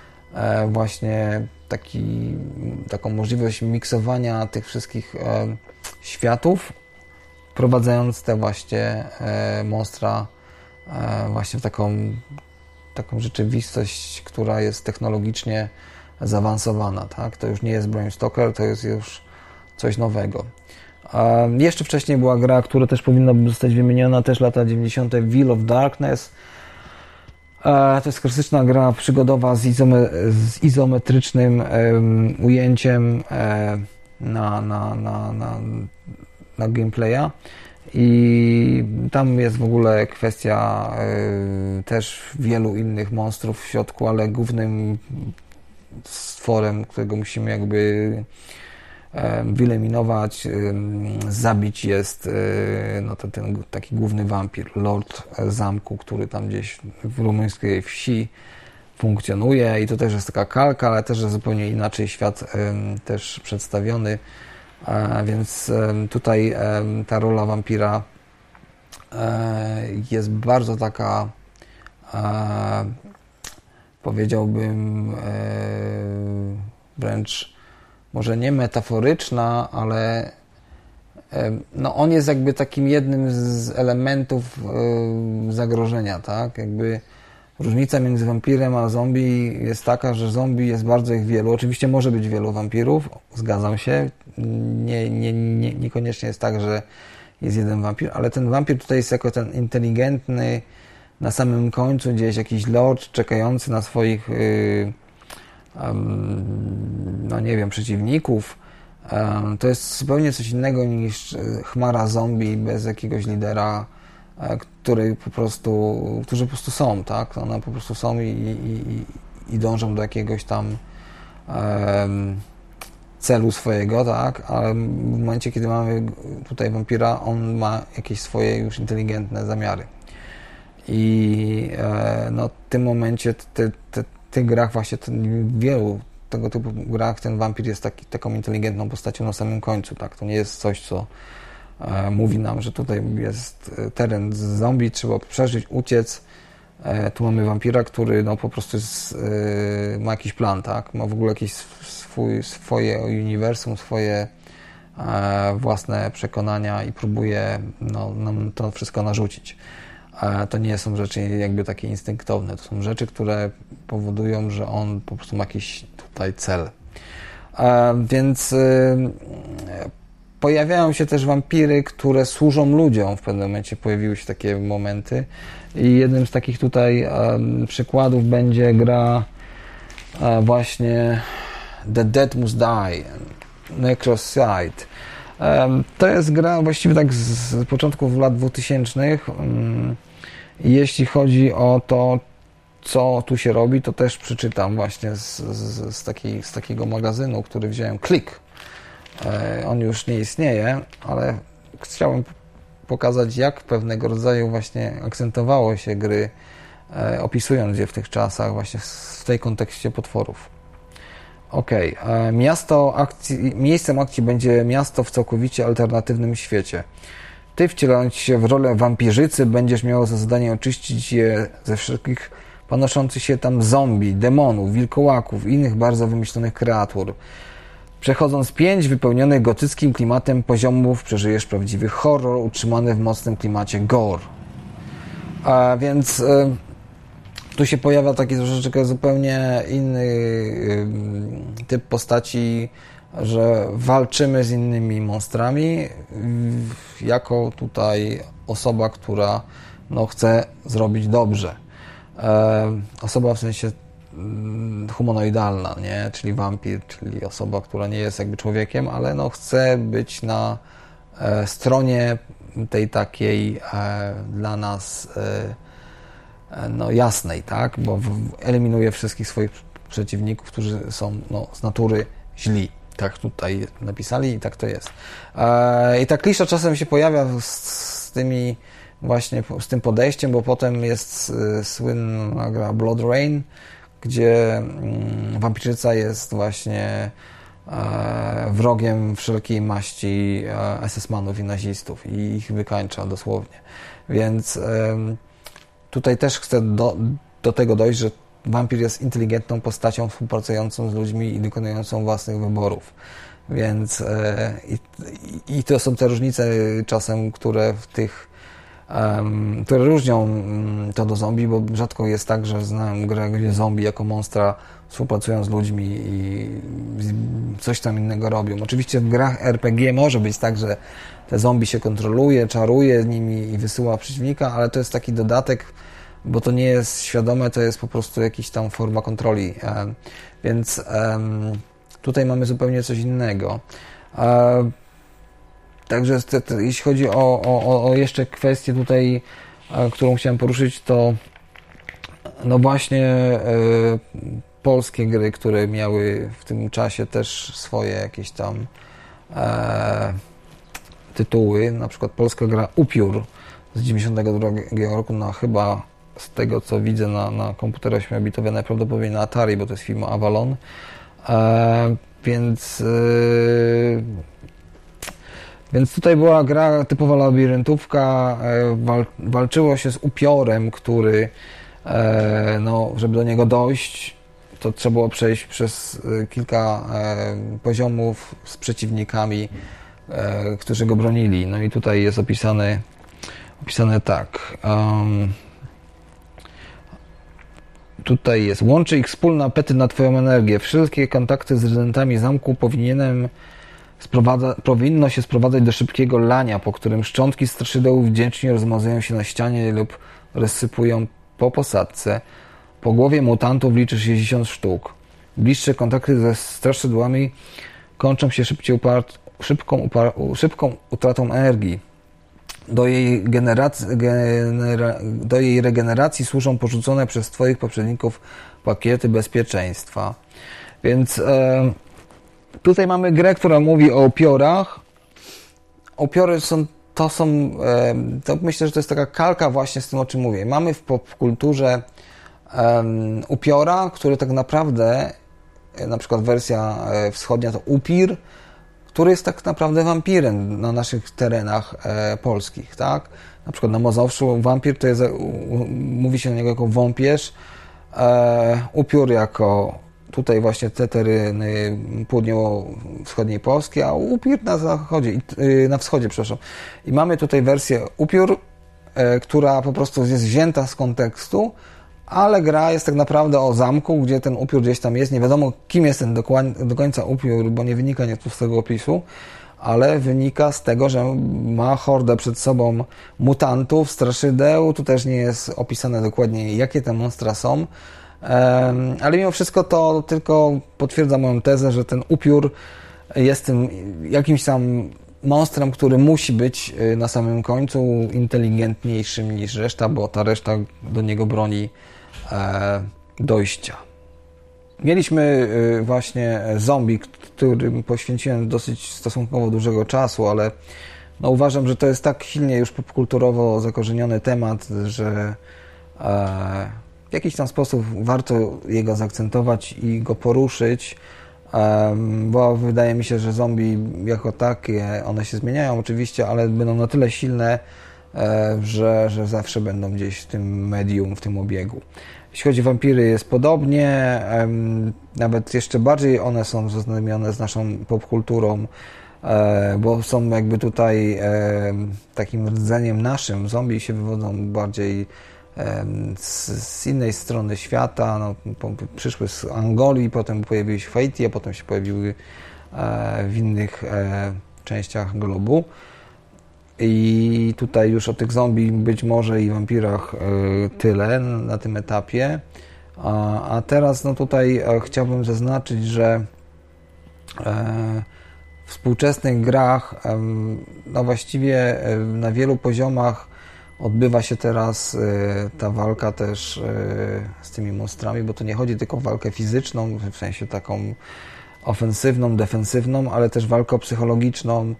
właśnie taki, taką możliwość miksowania tych wszystkich światów, wprowadzając te właśnie monstra właśnie w taką, taką rzeczywistość, która jest technologicznie zaawansowana. Tak? To już nie jest Bram Stoker, to jest już coś nowego. Jeszcze wcześniej była gra, która też powinna zostać wymieniona, też lata dziewięćdziesiąte Veil of Darkness. To jest klasyczna gra przygodowa z, izome, z izometrycznym um, ujęciem um, na, na, na, na, na gameplaya. I tam jest w ogóle kwestia y, też wielu innych monstrów w środku, ale głównym stworem, którego musimy jakby y, wyeliminować, y, zabić jest y, no to ten taki główny wampir, Lord Zamku, który tam gdzieś w rumuńskiej wsi funkcjonuje i to też jest taka kalka, ale też jest zupełnie inaczej świat y, też przedstawiony. Więc tutaj ta rola wampira jest bardzo taka, powiedziałbym, wręcz może nie metaforyczna, ale no on jest jakby takim jednym z elementów zagrożenia, tak? Jakby różnica między wampirem a zombie jest taka, że zombie jest bardzo ich wielu. Oczywiście może być wielu wampirów, zgadzam się. Nie, nie, nie, niekoniecznie jest tak, że jest jeden wampir, ale ten wampir tutaj jest jako ten inteligentny, na samym końcu gdzieś jakiś lord czekający na swoich yy, um, no nie wiem, przeciwników. Um, to jest zupełnie coś innego niż chmara zombie bez jakiegoś lidera, który po prostu, którzy po prostu są, tak? One po prostu są i, i, i dążą do jakiegoś tam um, celu swojego, tak, ale w momencie, kiedy mamy tutaj wampira, on ma jakieś swoje już inteligentne zamiary. I e, no, w tym momencie te, te, w tych grach właśnie w wielu tego typu grach ten wampir jest taki, taką inteligentną postacią na samym końcu, tak, to nie jest coś, co e, mówi nam, że tutaj jest teren z zombie, trzeba przeżyć, uciec. E, tu mamy wampira, który no po prostu jest, e, ma jakiś plan, tak, ma w ogóle jakieś swój, swoje uniwersum, swoje e, własne przekonania i próbuje no, nam to wszystko narzucić. A to nie są rzeczy jakby takie instynktowne, to są rzeczy, które powodują, że on po prostu ma jakiś tutaj cel. A więc y, pojawiają się też wampiry, które służą ludziom. W pewnym momencie pojawiły się takie momenty i jednym z takich tutaj y, przykładów będzie gra y, właśnie The Dead Must Die, Necrocide. To jest gra właściwie tak z początków lat dwutysięcznych. Jeśli chodzi o to, co tu się robi, to też przeczytam właśnie z, z, z, taki, z takiego magazynu, który wziąłem, Klik. On już nie istnieje, ale chciałem pokazać, jak pewnego rodzaju właśnie akcentowało się gry, opisując je w tych czasach właśnie w tej kontekście potworów. Okej, okay. Miasto akcji, miejscem akcji będzie miasto w całkowicie alternatywnym świecie. Ty, wcielając się w rolę wampirzycy, będziesz miał za zadanie oczyścić je ze wszelkich panoszących się tam zombie, demonów, wilkołaków i innych bardzo wymyślonych kreatur. Przechodząc pięć wypełnionych gotyckim klimatem poziomów, przeżyjesz prawdziwy horror utrzymany w mocnym klimacie gore. A więc y, tu się pojawia taki troszeczkę zupełnie inny y, typ postaci, że walczymy z innymi monstrami y, jako tutaj osoba, która no, chce zrobić dobrze. E, osoba w sensie humanoidalna, nie? Czyli wampir, czyli osoba, która nie jest jakby człowiekiem, ale no chce być na e, stronie tej takiej e, dla nas e, no jasnej, tak? Bo w, eliminuje wszystkich swoich przeciwników, którzy są no, z natury źli. Tak tutaj napisali i tak to jest. E, I ta klisza czasem się pojawia z, z tymi właśnie z tym podejściem, bo potem jest y, słynna gra Blood Rain, gdzie y, wampirzyca jest właśnie y, wrogiem wszelkiej maści y, es es manów i nazistów i ich wykańcza dosłownie. Więc y, tutaj też chcę do, do tego dojść, że wampir jest inteligentną postacią współpracującą z ludźmi i dokonującą własnych wyborów. Więc y, i, i to są te różnice czasem, które w tych Um, które różnią to do zombie, bo rzadko jest tak, że znałem grę, gdzie zombie jako monstra współpracują z ludźmi i coś tam innego robią. Oczywiście w grach er pe gie może być tak, że te zombie się kontroluje, czaruje z nimi i wysyła przeciwnika, ale to jest taki dodatek, bo to nie jest świadome, to jest po prostu jakaś tam forma kontroli. Um, więc um, tutaj mamy zupełnie coś innego. Um, Także te, te, jeśli chodzi o, o, o jeszcze kwestię tutaj, e, którą chciałem poruszyć, to no właśnie e, polskie gry, które miały w tym czasie też swoje jakieś tam e, tytuły, na przykład polska gra Upiór z dziewięćdziesiątego drugiego roku, no chyba z tego co widzę na, na komputerze ośmiobitowe, najprawdopodobniej na Atari, bo to jest firma Avalon, e, więc e, Więc tutaj była gra typowa labiryntówka, wal, walczyło się z upiorem, który, e, no, żeby do niego dojść, to trzeba było przejść przez kilka e, poziomów z przeciwnikami, e, którzy go bronili. No i tutaj jest opisane, opisane tak. Um, tutaj jest, łączy ich wspólny apetyt na twoją energię. Wszystkie kontakty z rezydentami zamku powinienem Sprowadza, powinno się sprowadzać do szybkiego lania, po którym szczątki straszydeł wdzięcznie rozmazują się na ścianie lub rozsypują po posadzce. Po głowie mutantów liczy sześćdziesiąt sztuk. Bliższe kontakty ze straszydłami kończą się szybciej upar, szybką, upar, szybką utratą energii. Do jej, generacji, genera, do jej regeneracji służą porzucone przez Twoich poprzedników pakiety bezpieczeństwa. Więc e, tutaj mamy grę, która mówi o upiorach. Upiory są, to są, e, to myślę, że to jest taka kalka właśnie z tym, o czym mówię. Mamy w popkulturze e, upiora, który tak naprawdę, e, na przykład wersja e, wschodnia to upir, który jest tak naprawdę wampirem na naszych terenach e, polskich, tak? Na przykład na Mazowszu wampir to jest, u, u, mówi się na niego jako wąpierz, e, upiór jako tutaj właśnie te tereny południowo-wschodniej Polski, a upiór na zachodzie, y, na wschodzie, przepraszam. I mamy tutaj wersję upiór, e, która po prostu jest wzięta z kontekstu, ale gra jest tak naprawdę o zamku, gdzie ten upiór gdzieś tam jest. Nie wiadomo, kim jest ten do końca upiór, bo nie wynika nie z tego opisu, ale wynika z tego, że ma hordę przed sobą mutantów, straszydeł. Tu też nie jest opisane dokładnie, jakie te monstra są. Ale mimo wszystko to tylko potwierdza moją tezę, że ten upiór jest tym jakimś tam monstrem, który musi być na samym końcu inteligentniejszym niż reszta, bo ta reszta do niego broni e, dojścia. Mieliśmy właśnie zombie, którym poświęciłem dosyć stosunkowo dużego czasu, ale no uważam, że to jest tak silnie już popkulturowo zakorzeniony temat, że e, w jakiś tam sposób warto jego zaakcentować i go poruszyć, bo wydaje mi się, że zombie jako takie, one się zmieniają oczywiście, ale będą na tyle silne, że, że zawsze będą gdzieś w tym medium, w tym obiegu. Jeśli chodzi o wampiry, jest podobnie, nawet jeszcze bardziej one są zaznajomione z naszą popkulturą, bo są jakby tutaj takim rdzeniem naszym. Zombie się wywodzą bardziej z, z innej strony świata, no, po, przyszły z Angolii, potem pojawiły się w Haiti, a potem się pojawiły e, w innych e, częściach globu. I tutaj już o tych zombie być może i wampirach e, tyle na tym etapie. A, a teraz no tutaj e, chciałbym zaznaczyć, że e, w współczesnych grach e, no właściwie e, na wielu poziomach odbywa się teraz y, ta walka też y, z tymi monstrami, bo to nie chodzi tylko o walkę fizyczną, w sensie taką ofensywną, defensywną, ale też walkę psychologiczną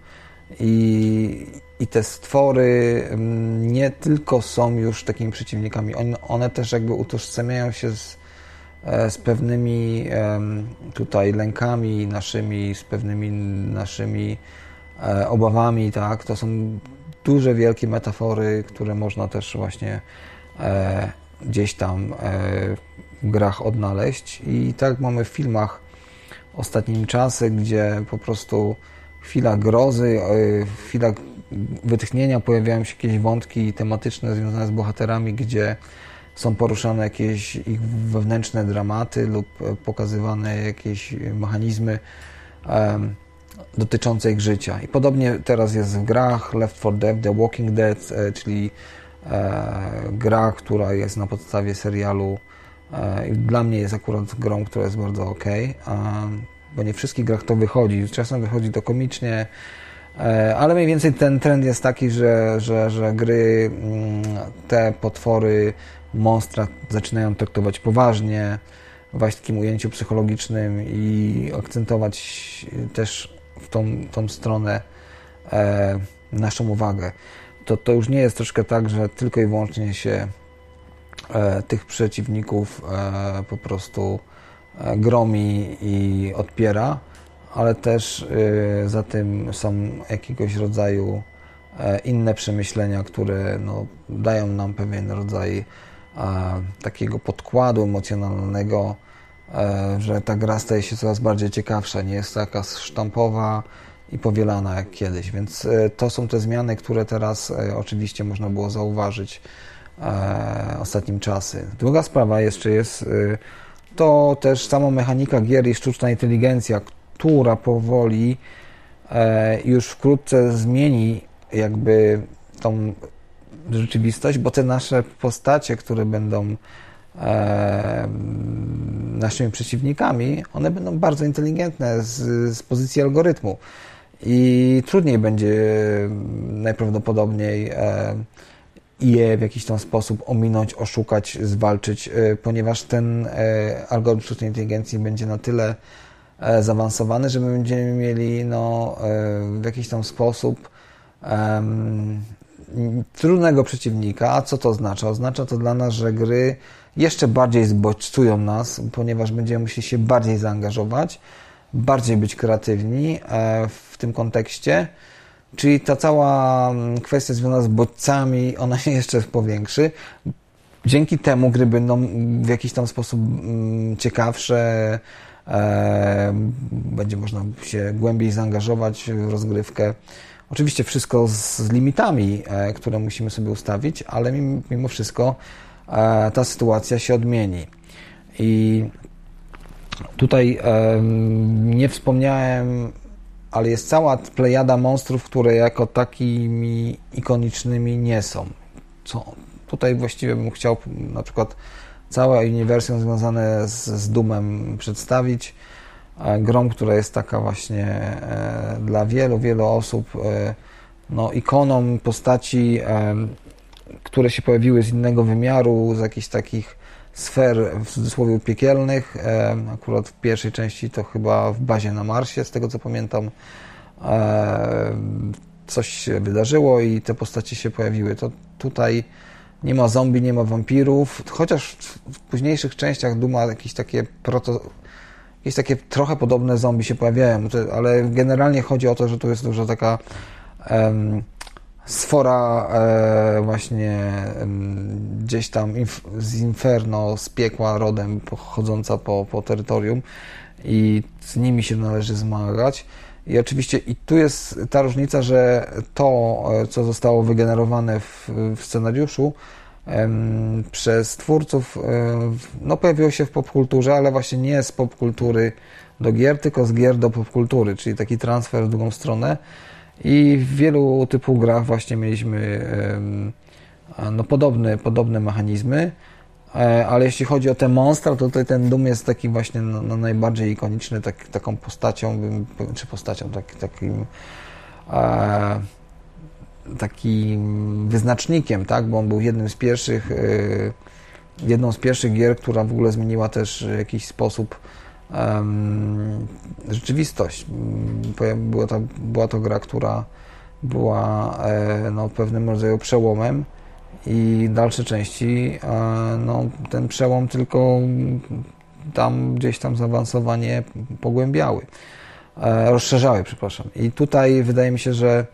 i, i te stwory y, nie tylko są już takimi przeciwnikami, one, one też jakby utożsamiają się z, y, z pewnymi y, tutaj lękami naszymi, z pewnymi naszymi y, obawami, tak, to są duże, wielkie metafory, które można też właśnie e, gdzieś tam e, w grach odnaleźć. I tak mamy w filmach ostatnim czasy, gdzie po prostu chwila grozy, e, chwila wytchnienia, pojawiają się jakieś wątki tematyczne związane z bohaterami, gdzie są poruszane jakieś ich wewnętrzne dramaty lub pokazywane jakieś mechanizmy e, dotyczące ich życia. I podobnie teraz jest w grach Left four Dead, The Walking Dead, czyli e, gra, która jest na podstawie serialu. E, dla mnie jest akurat grą, która jest bardzo ok, e, bo nie w wszystkich grach to wychodzi. Czasem wychodzi to komicznie, e, ale mniej więcej ten trend jest taki, że, że, że gry mm, te potwory, monstra zaczynają traktować poważnie, w takim ujęciu psychologicznym i akcentować też w tą, tą stronę e, naszą uwagę. To, to już nie jest troszkę tak, że tylko i wyłącznie się e, tych przeciwników e, po prostu e, gromi i odpiera, ale też e, za tym są jakiegoś rodzaju e, inne przemyślenia, które no, dają nam pewien rodzaj e, takiego podkładu emocjonalnego, że ta gra staje się coraz bardziej ciekawsza, nie jest taka sztampowa i powielana jak kiedyś, więc to są te zmiany, które teraz oczywiście można było zauważyć ostatnim czasy. Druga sprawa jeszcze jest to też sama mechanika gier i sztuczna inteligencja, która powoli już wkrótce zmieni jakby tą rzeczywistość, bo te nasze postacie, które będą E, naszymi przeciwnikami, one będą bardzo inteligentne z, z pozycji algorytmu i trudniej będzie najprawdopodobniej je w jakiś tam sposób ominąć, oszukać, zwalczyć, ponieważ ten algorytm sztucznej inteligencji będzie na tyle zaawansowany, że my będziemy mieli no, w jakiś tam sposób um, trudnego przeciwnika. A co to oznacza? Oznacza to dla nas, że gry jeszcze bardziej zbodźcują nas, ponieważ będziemy musieli się bardziej zaangażować, bardziej być kreatywni w tym kontekście, czyli ta cała kwestia związana z bodźcami, ona się jeszcze powiększy. Dzięki temu gry będą w jakiś tam sposób ciekawsze, będzie można się głębiej zaangażować w rozgrywkę. Oczywiście wszystko z limitami, które musimy sobie ustawić, ale mimo wszystko ta sytuacja się odmieni. I tutaj nie wspomniałem, ale jest cała plejada monstrów, które jako takimi ikonicznymi nie są. Co tutaj właściwie bym chciał na przykład całe uniwersum związane z, z Doomem przedstawić. Grą, która jest taka właśnie e, dla wielu, wielu osób e, no, ikoną postaci, e, które się pojawiły z innego wymiaru, z jakichś takich sfer w cudzysłowie piekielnych. E, akurat w pierwszej części to chyba w bazie na Marsie, z tego co pamiętam, e, coś się wydarzyło i te postacie się pojawiły. To tutaj nie ma zombie, nie ma wampirów, chociaż w późniejszych częściach Dooma jakieś takie proto... Jakieś takie trochę podobne zombie się pojawiają, ale generalnie chodzi o to, że tu jest dużo taka um, sfora e, właśnie um, gdzieś tam inf- z inferno, z piekła rodem pochodząca po, po terytorium i z nimi się należy zmagać. I oczywiście i tu jest ta różnica, że to, co zostało wygenerowane w, w scenariuszu przez twórców, no pojawiło się w popkulturze, ale właśnie nie z popkultury do gier, tylko z gier do popkultury, czyli taki transfer w drugą stronę. I w wielu typu grach właśnie mieliśmy no, podobne, podobne mechanizmy, ale jeśli chodzi o te monstra, to tutaj ten Doom jest taki właśnie no, no najbardziej ikoniczny, tak, taką postacią, czy postacią, tak, takim e, takim wyznacznikiem, tak, bo on był jednym z pierwszych, jedną z pierwszych gier, która w ogóle zmieniła też w jakiś sposób um, rzeczywistość. Była to, była to gra, która była no, pewnym rodzaju przełomem i dalsze części no, ten przełom tylko tam gdzieś tam zaawansowanie pogłębiały, rozszerzały, przepraszam. I tutaj wydaje mi się, że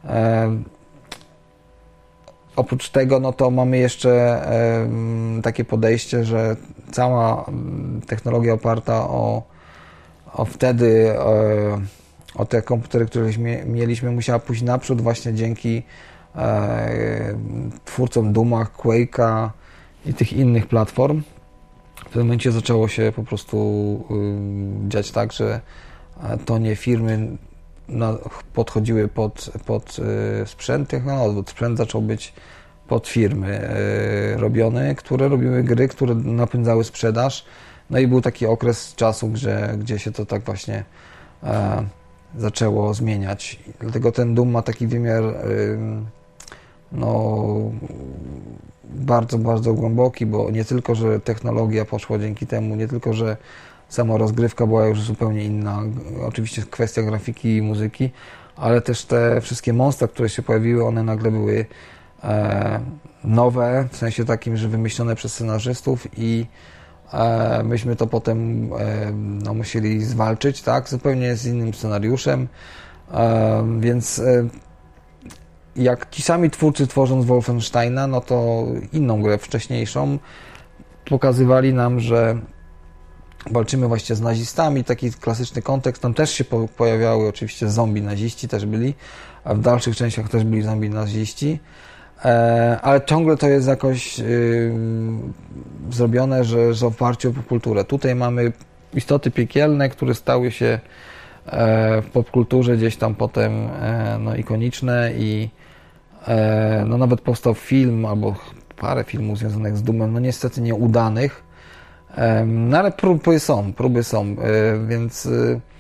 oprócz tego, no to mamy jeszcze e, takie podejście, że cała technologia oparta o, o wtedy, e, o te komputery, które mieliśmy, musiała pójść naprzód właśnie dzięki e, twórcom Dooma, Quake'a i tych innych platform. W tym momencie zaczęło się po prostu y, dziać tak, że to nie firmy No, podchodziły pod, pod y, sprzęt, no odwrót, sprzęt zaczął być pod firmy y, robiony, które robiły gry, które napędzały sprzedaż. No i był taki okres czasu, gdzie, gdzie się to tak właśnie y, zaczęło zmieniać. Dlatego ten Doom ma taki wymiar y, no, bardzo, bardzo głęboki, bo nie tylko, że technologia poszła dzięki temu, nie tylko, że sama rozgrywka była już zupełnie inna, oczywiście kwestia grafiki i muzyki, ale też te wszystkie monstra, które się pojawiły, one nagle były e, nowe, w sensie takim, że wymyślone przez scenarzystów i e, myśmy to potem e, no, musieli zwalczyć, tak, zupełnie z innym scenariuszem, e, więc e, jak ci sami twórcy tworząc Wolfensteina, no to inną grę wcześniejszą pokazywali nam, że walczymy właśnie z nazistami, taki klasyczny kontekst. Tam też się po, pojawiały oczywiście zombie naziści, też byli, a w dalszych częściach też byli zombie naziści, e, ale ciągle to jest jakoś y, zrobione, że, że w oparciu o popkulturę. Tutaj mamy istoty piekielne, które stały się e, w popkulturze gdzieś tam potem e, no, ikoniczne i e, no, nawet powstał film albo parę filmów związanych z Doomem, no niestety nieudanych. No ale próby są, próby są, więc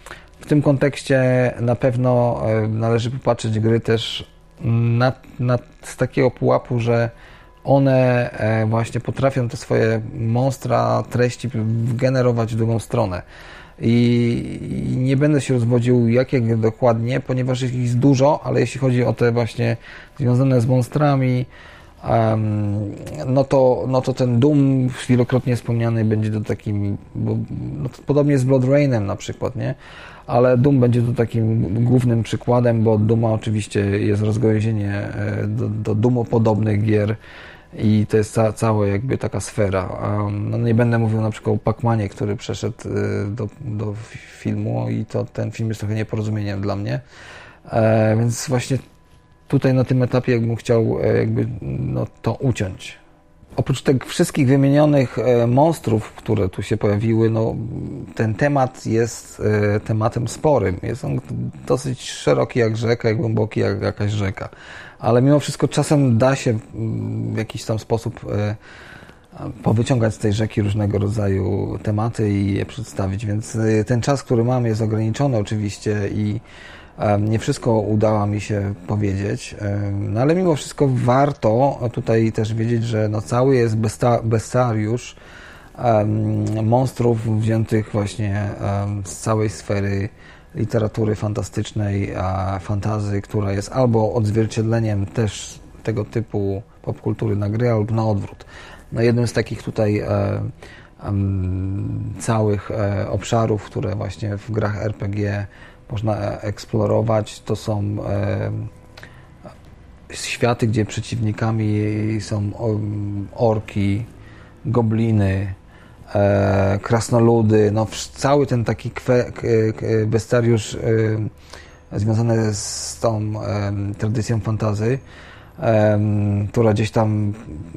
w tym kontekście na pewno należy popatrzeć gry też na, na, z takiego pułapu, że one właśnie potrafią te swoje monstra, treści generować w drugą stronę. I nie będę się rozwodził jakie dokładnie, ponieważ ich jest dużo, ale jeśli chodzi o te właśnie związane z monstrami, no to, no to ten Doom wielokrotnie wspomniany będzie to takim, bo, no to podobnie jest z Blood Rainem na przykład, nie? Ale Doom będzie tu takim głównym przykładem, bo od Dooma oczywiście jest rozgałęzienie do, do Doomo-podobnych gier i to jest ca, cała jakby taka sfera. No nie będę mówił na przykład o Pac-Manie, który przeszedł do, do filmu i to ten film jest trochę nieporozumieniem dla mnie, e, więc właśnie tutaj na tym etapie jakbym chciał jakby no, to uciąć. Oprócz tych wszystkich wymienionych monstrów, które tu się pojawiły, no, ten temat jest tematem sporym. Jest on dosyć szeroki jak rzeka, jak głęboki jak jakaś rzeka. Ale mimo wszystko czasem da się w jakiś tam sposób powyciągać z tej rzeki różnego rodzaju tematy i je przedstawić. Więc ten czas, który mam, jest ograniczony oczywiście i nie wszystko udało mi się powiedzieć, no ale mimo wszystko warto tutaj też wiedzieć, że no cały jest bestiariusz um, monstrów wziętych właśnie um, z całej sfery literatury fantastycznej, a fantasy, która jest albo odzwierciedleniem też tego typu popkultury na gry, albo na odwrót. No jednym z takich tutaj e, um, całych e, obszarów, które właśnie w grach er pe gie można eksplorować, to są e, światy, gdzie przeciwnikami są orki, gobliny, e, krasnoludy, no cały ten taki kwe, k, k, bestiariusz e, związany z tą e, tradycją fantasy, e, która gdzieś tam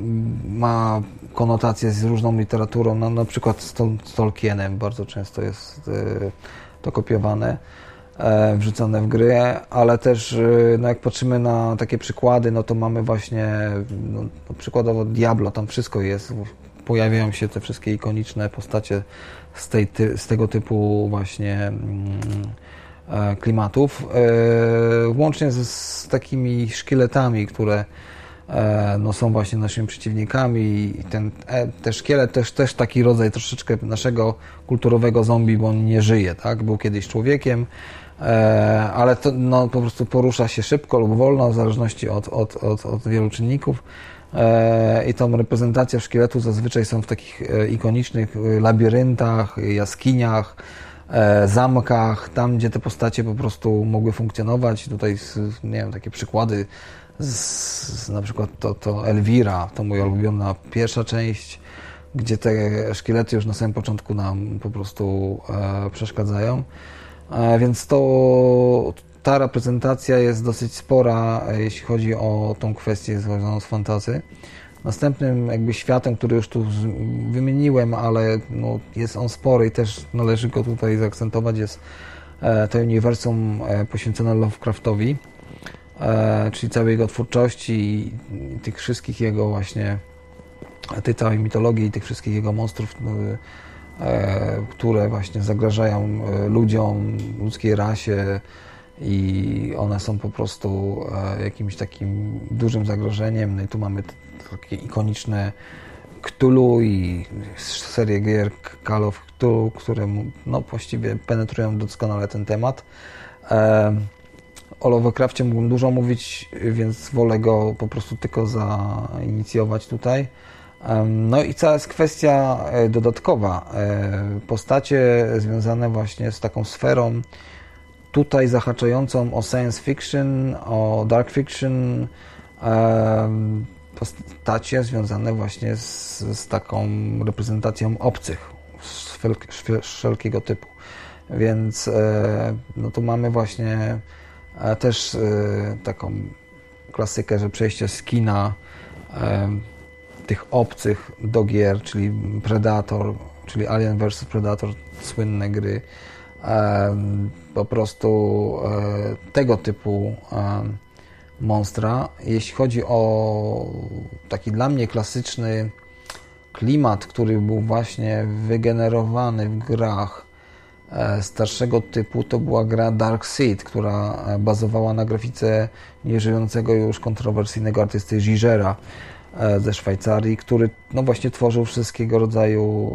ma konotację z różną literaturą, no, na przykład z, Tol, z Tolkienem bardzo często jest e, to kopiowane, wrzucone w gry, ale też no jak patrzymy na takie przykłady, no to mamy właśnie no, przykładowo Diablo, tam wszystko jest, pojawiają się te wszystkie ikoniczne postacie z, tej, z tego typu właśnie mm, klimatów, e, łącznie z, z takimi szkieletami, które e, no, są właśnie naszymi przeciwnikami i ten e, te szkielet też, też taki rodzaj troszeczkę naszego kulturowego zombie, bo on nie żyje, tak? Był kiedyś człowiekiem, ale to no, po prostu porusza się szybko lub wolno, w zależności od, od, od, od wielu czynników. I tą reprezentację szkieletu zazwyczaj są w takich ikonicznych labiryntach, jaskiniach, zamkach, tam gdzie te postacie po prostu mogły funkcjonować. Tutaj nie wiem, takie przykłady z, z na przykład to, to Elvira, to moja ulubiona pierwsza część, gdzie te szkielety już na samym początku nam po prostu e, przeszkadzają. Więc to, ta reprezentacja jest dosyć spora, jeśli chodzi o tą kwestię związaną z fantasy. Następnym jakby światem, który już tu wymieniłem, ale no jest on spory i też należy go tutaj zaakcentować, jest to uniwersum poświęcone Lovecraftowi, czyli całej jego twórczości i tych wszystkich jego właśnie, tej całej mitologii i tych wszystkich jego monstrów, które właśnie zagrażają ludziom, ludzkiej rasie i one są po prostu jakimś takim dużym zagrożeniem. No i tu mamy takie ikoniczne Cthulhu i serię gier Call of Cthulhu, które no, właściwie penetrują doskonale ten temat. O Lovecrafcie mógłbym dużo mówić, więc wolę go po prostu tylko zainicjować tutaj. No i cała jest kwestia dodatkowa. Postacie związane właśnie z taką sferą tutaj zahaczającą o science fiction, o dark fiction, postacie związane właśnie z, z taką reprezentacją obcych z wszelkiego typu. Więc no tu mamy właśnie też taką klasykę, że przejście z kina tych obcych do gier, czyli Predator, czyli Alien versus. Predator, słynne gry, po prostu tego typu monstra. Jeśli chodzi o taki dla mnie klasyczny klimat, który był właśnie wygenerowany w grach starszego typu to była gra Dark Seed, która bazowała na grafice nieżyjącego już kontrowersyjnego artysty Gigera ze Szwajcarii, który no właśnie tworzył wszystkiego rodzaju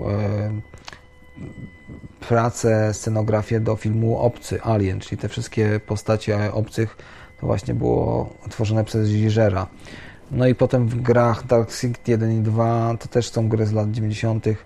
prace, scenografię do filmu Obcy, Alien, czyli te wszystkie postacie obcych to właśnie było tworzone przez Gigera. No i potem w grach Dark Seed jeden i dwa, to też są gry z lat dziewięćdziesiątych,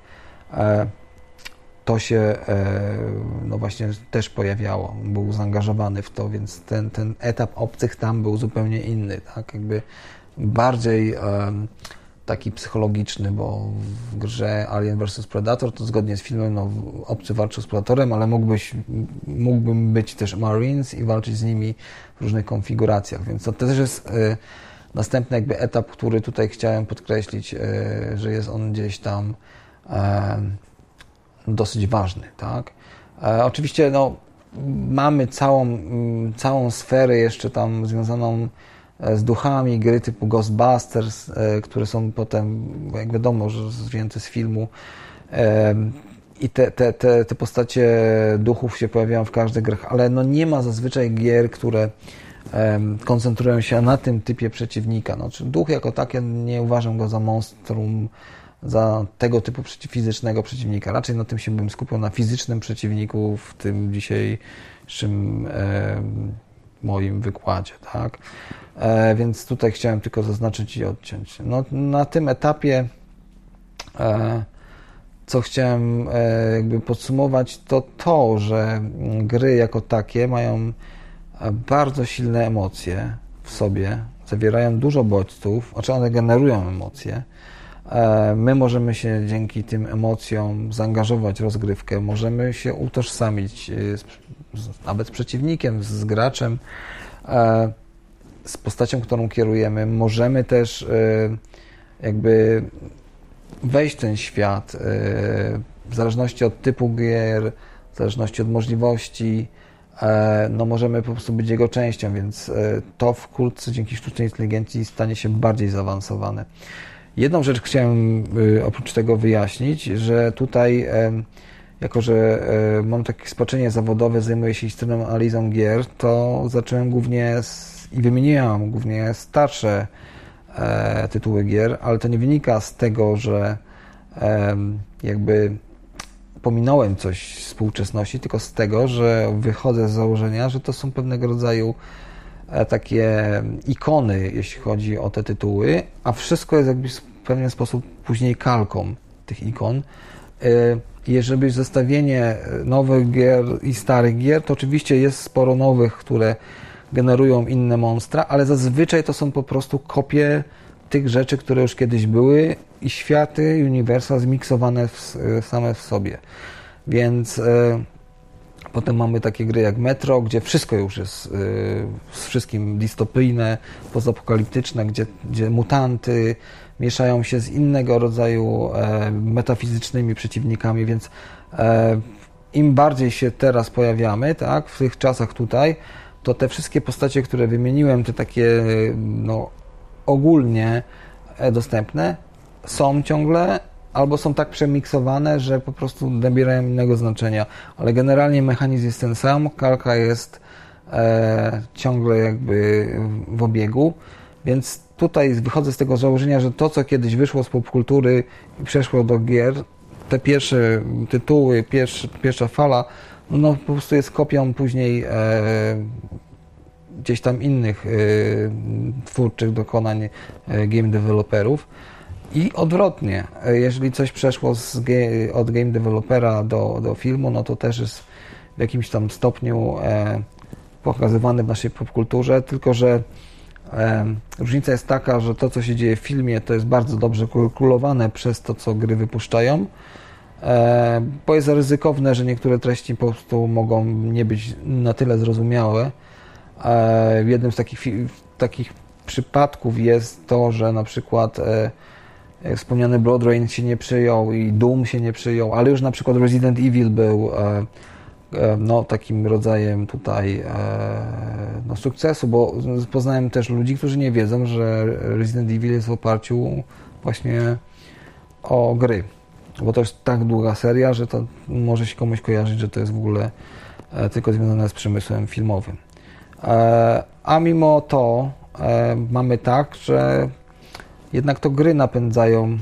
to się no właśnie też pojawiało, był zaangażowany w to, więc ten, ten etap obcych tam był zupełnie inny, tak, jakby bardziej taki psychologiczny, bo w grze Alien versus Predator to zgodnie z filmem no, obcy walczył z Predatorem, ale mógłbyś, mógłbym być też Marines i walczyć z nimi w różnych konfiguracjach, więc to też jest y, następny jakby etap, który tutaj chciałem podkreślić, y, że jest on gdzieś tam y, dosyć ważny, tak? Y, oczywiście no, mamy całą, y, całą sferę jeszcze tam związaną z duchami, gry typu Ghostbusters, które są potem, jak wiadomo, że zwinięte z filmu. I te, te, te, te postacie duchów się pojawiają w każdych grach, ale no nie ma zazwyczaj gier, które koncentrują się na tym typie przeciwnika. No, czy duch jako takie nie uważam go za monstrum, za tego typu fizycznego przeciwnika. Raczej na tym się bym skupiał, na fizycznym przeciwniku w tym dzisiejszym e, moim wykładzie, tak? E, więc tutaj chciałem tylko zaznaczyć i odciąć. No, na tym etapie e, co chciałem e, jakby podsumować, to to, że gry jako takie mają bardzo silne emocje w sobie, zawierają dużo bodźców, znaczy one generują emocje. E, my możemy się dzięki tym emocjom zaangażować w rozgrywkę, możemy się utożsamić z, z, nawet z przeciwnikiem, z graczem, e, z postacią, którą kierujemy. Możemy też e, jakby wejść w ten świat e, w zależności od typu gier, w zależności od możliwości, e, no możemy po prostu być jego częścią, więc e, to wkrótce dzięki sztucznej inteligencji stanie się bardziej zaawansowane. Jedną rzecz chciałem e, oprócz tego wyjaśnić, że tutaj e, jako że e, mam takie spoczenie zawodowe, zajmuję się istotną analizą gier, to zacząłem głównie z, i wymieniłem głównie starsze e, tytuły gier, ale to nie wynika z tego, że e, jakby pominąłem coś z współczesności, tylko z tego, że wychodzę z założenia, że to są pewnego rodzaju e, takie ikony, jeśli chodzi o te tytuły, a wszystko jest jakby w pewien sposób później kalką tych ikon. E, Jeżeli zestawienie nowych gier i starych gier, to oczywiście jest sporo nowych, które generują inne monstra, ale zazwyczaj to są po prostu kopie tych rzeczy, które już kiedyś były i światy, uniwersa zmiksowane w, same w sobie. Więc e, potem mamy takie gry jak Metro, gdzie wszystko już jest e, z wszystkim dystopijne, pozapokaliptyczne, gdzie, gdzie mutanty mieszają się z innego rodzaju e, metafizycznymi przeciwnikami, więc e, im bardziej się teraz pojawiamy, tak, w tych czasach tutaj, to te wszystkie postacie, które wymieniłem, te takie no, ogólnie dostępne, są ciągle albo są tak przemiksowane, że po prostu nabierają innego znaczenia, ale generalnie mechanizm jest ten sam, kalka jest e, ciągle jakby w obiegu, więc tutaj wychodzę z tego założenia, że to, co kiedyś wyszło z popkultury i przeszło do gier, te pierwsze tytuły, pierwszy, pierwsza fala, no po prostu jest kopią później e, gdzieś tam innych e, twórczych dokonań e, game developerów i odwrotnie. E, jeżeli coś przeszło z ge, od game developera do, do filmu, no to też jest w jakimś tam stopniu e, pokazywane w naszej popkulturze, tylko że e, różnica jest taka, że to, co się dzieje w filmie, to jest bardzo dobrze kalkulowane przez to, co gry wypuszczają, e, bo jest ryzykowne, że niektóre treści po prostu mogą nie być na tyle zrozumiałe. E, jednym z takich, takich przypadków jest to, że na przykład e, wspomniany Blood Rain się nie przyjął i Doom się nie przyjął, ale już na przykład Resident Evil był e, e, no, takim rodzajem tutaj e, no, sukcesu, bo poznałem też ludzi, którzy nie wiedzą, że Resident Evil jest w oparciu właśnie o gry. bo to jest tak długa seria, że to może się komuś kojarzyć, że to jest w ogóle tylko związane z przemysłem filmowym. A mimo to mamy tak, że jednak to gry napędzają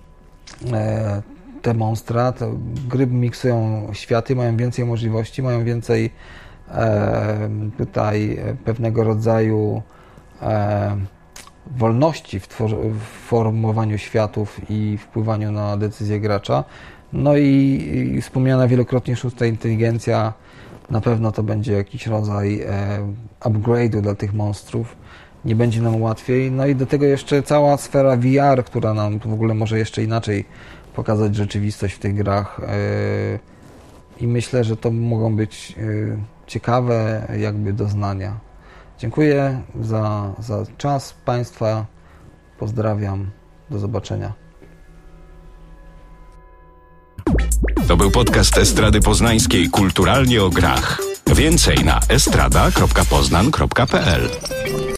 te monstra, te gry miksują światy, mają więcej możliwości, mają więcej tutaj pewnego rodzaju wolności w, tworzy- w formowaniu światów i wpływaniu na decyzje gracza. No i, i wspomniana wielokrotnie sztuczna inteligencja, na pewno to będzie jakiś rodzaj e, upgrade'u dla tych monstrów. Nie będzie nam łatwiej. No i do tego jeszcze cała sfera V R, która nam w ogóle może jeszcze inaczej pokazać rzeczywistość w tych grach. E, I myślę, że to mogą być e, ciekawe jakby doznania. Dziękuję za, za czas Państwa. Pozdrawiam. Do zobaczenia. To był podcast Estrady Poznańskiej Kulturalnie o grach. Więcej na estrada kropka poznan kropka p l.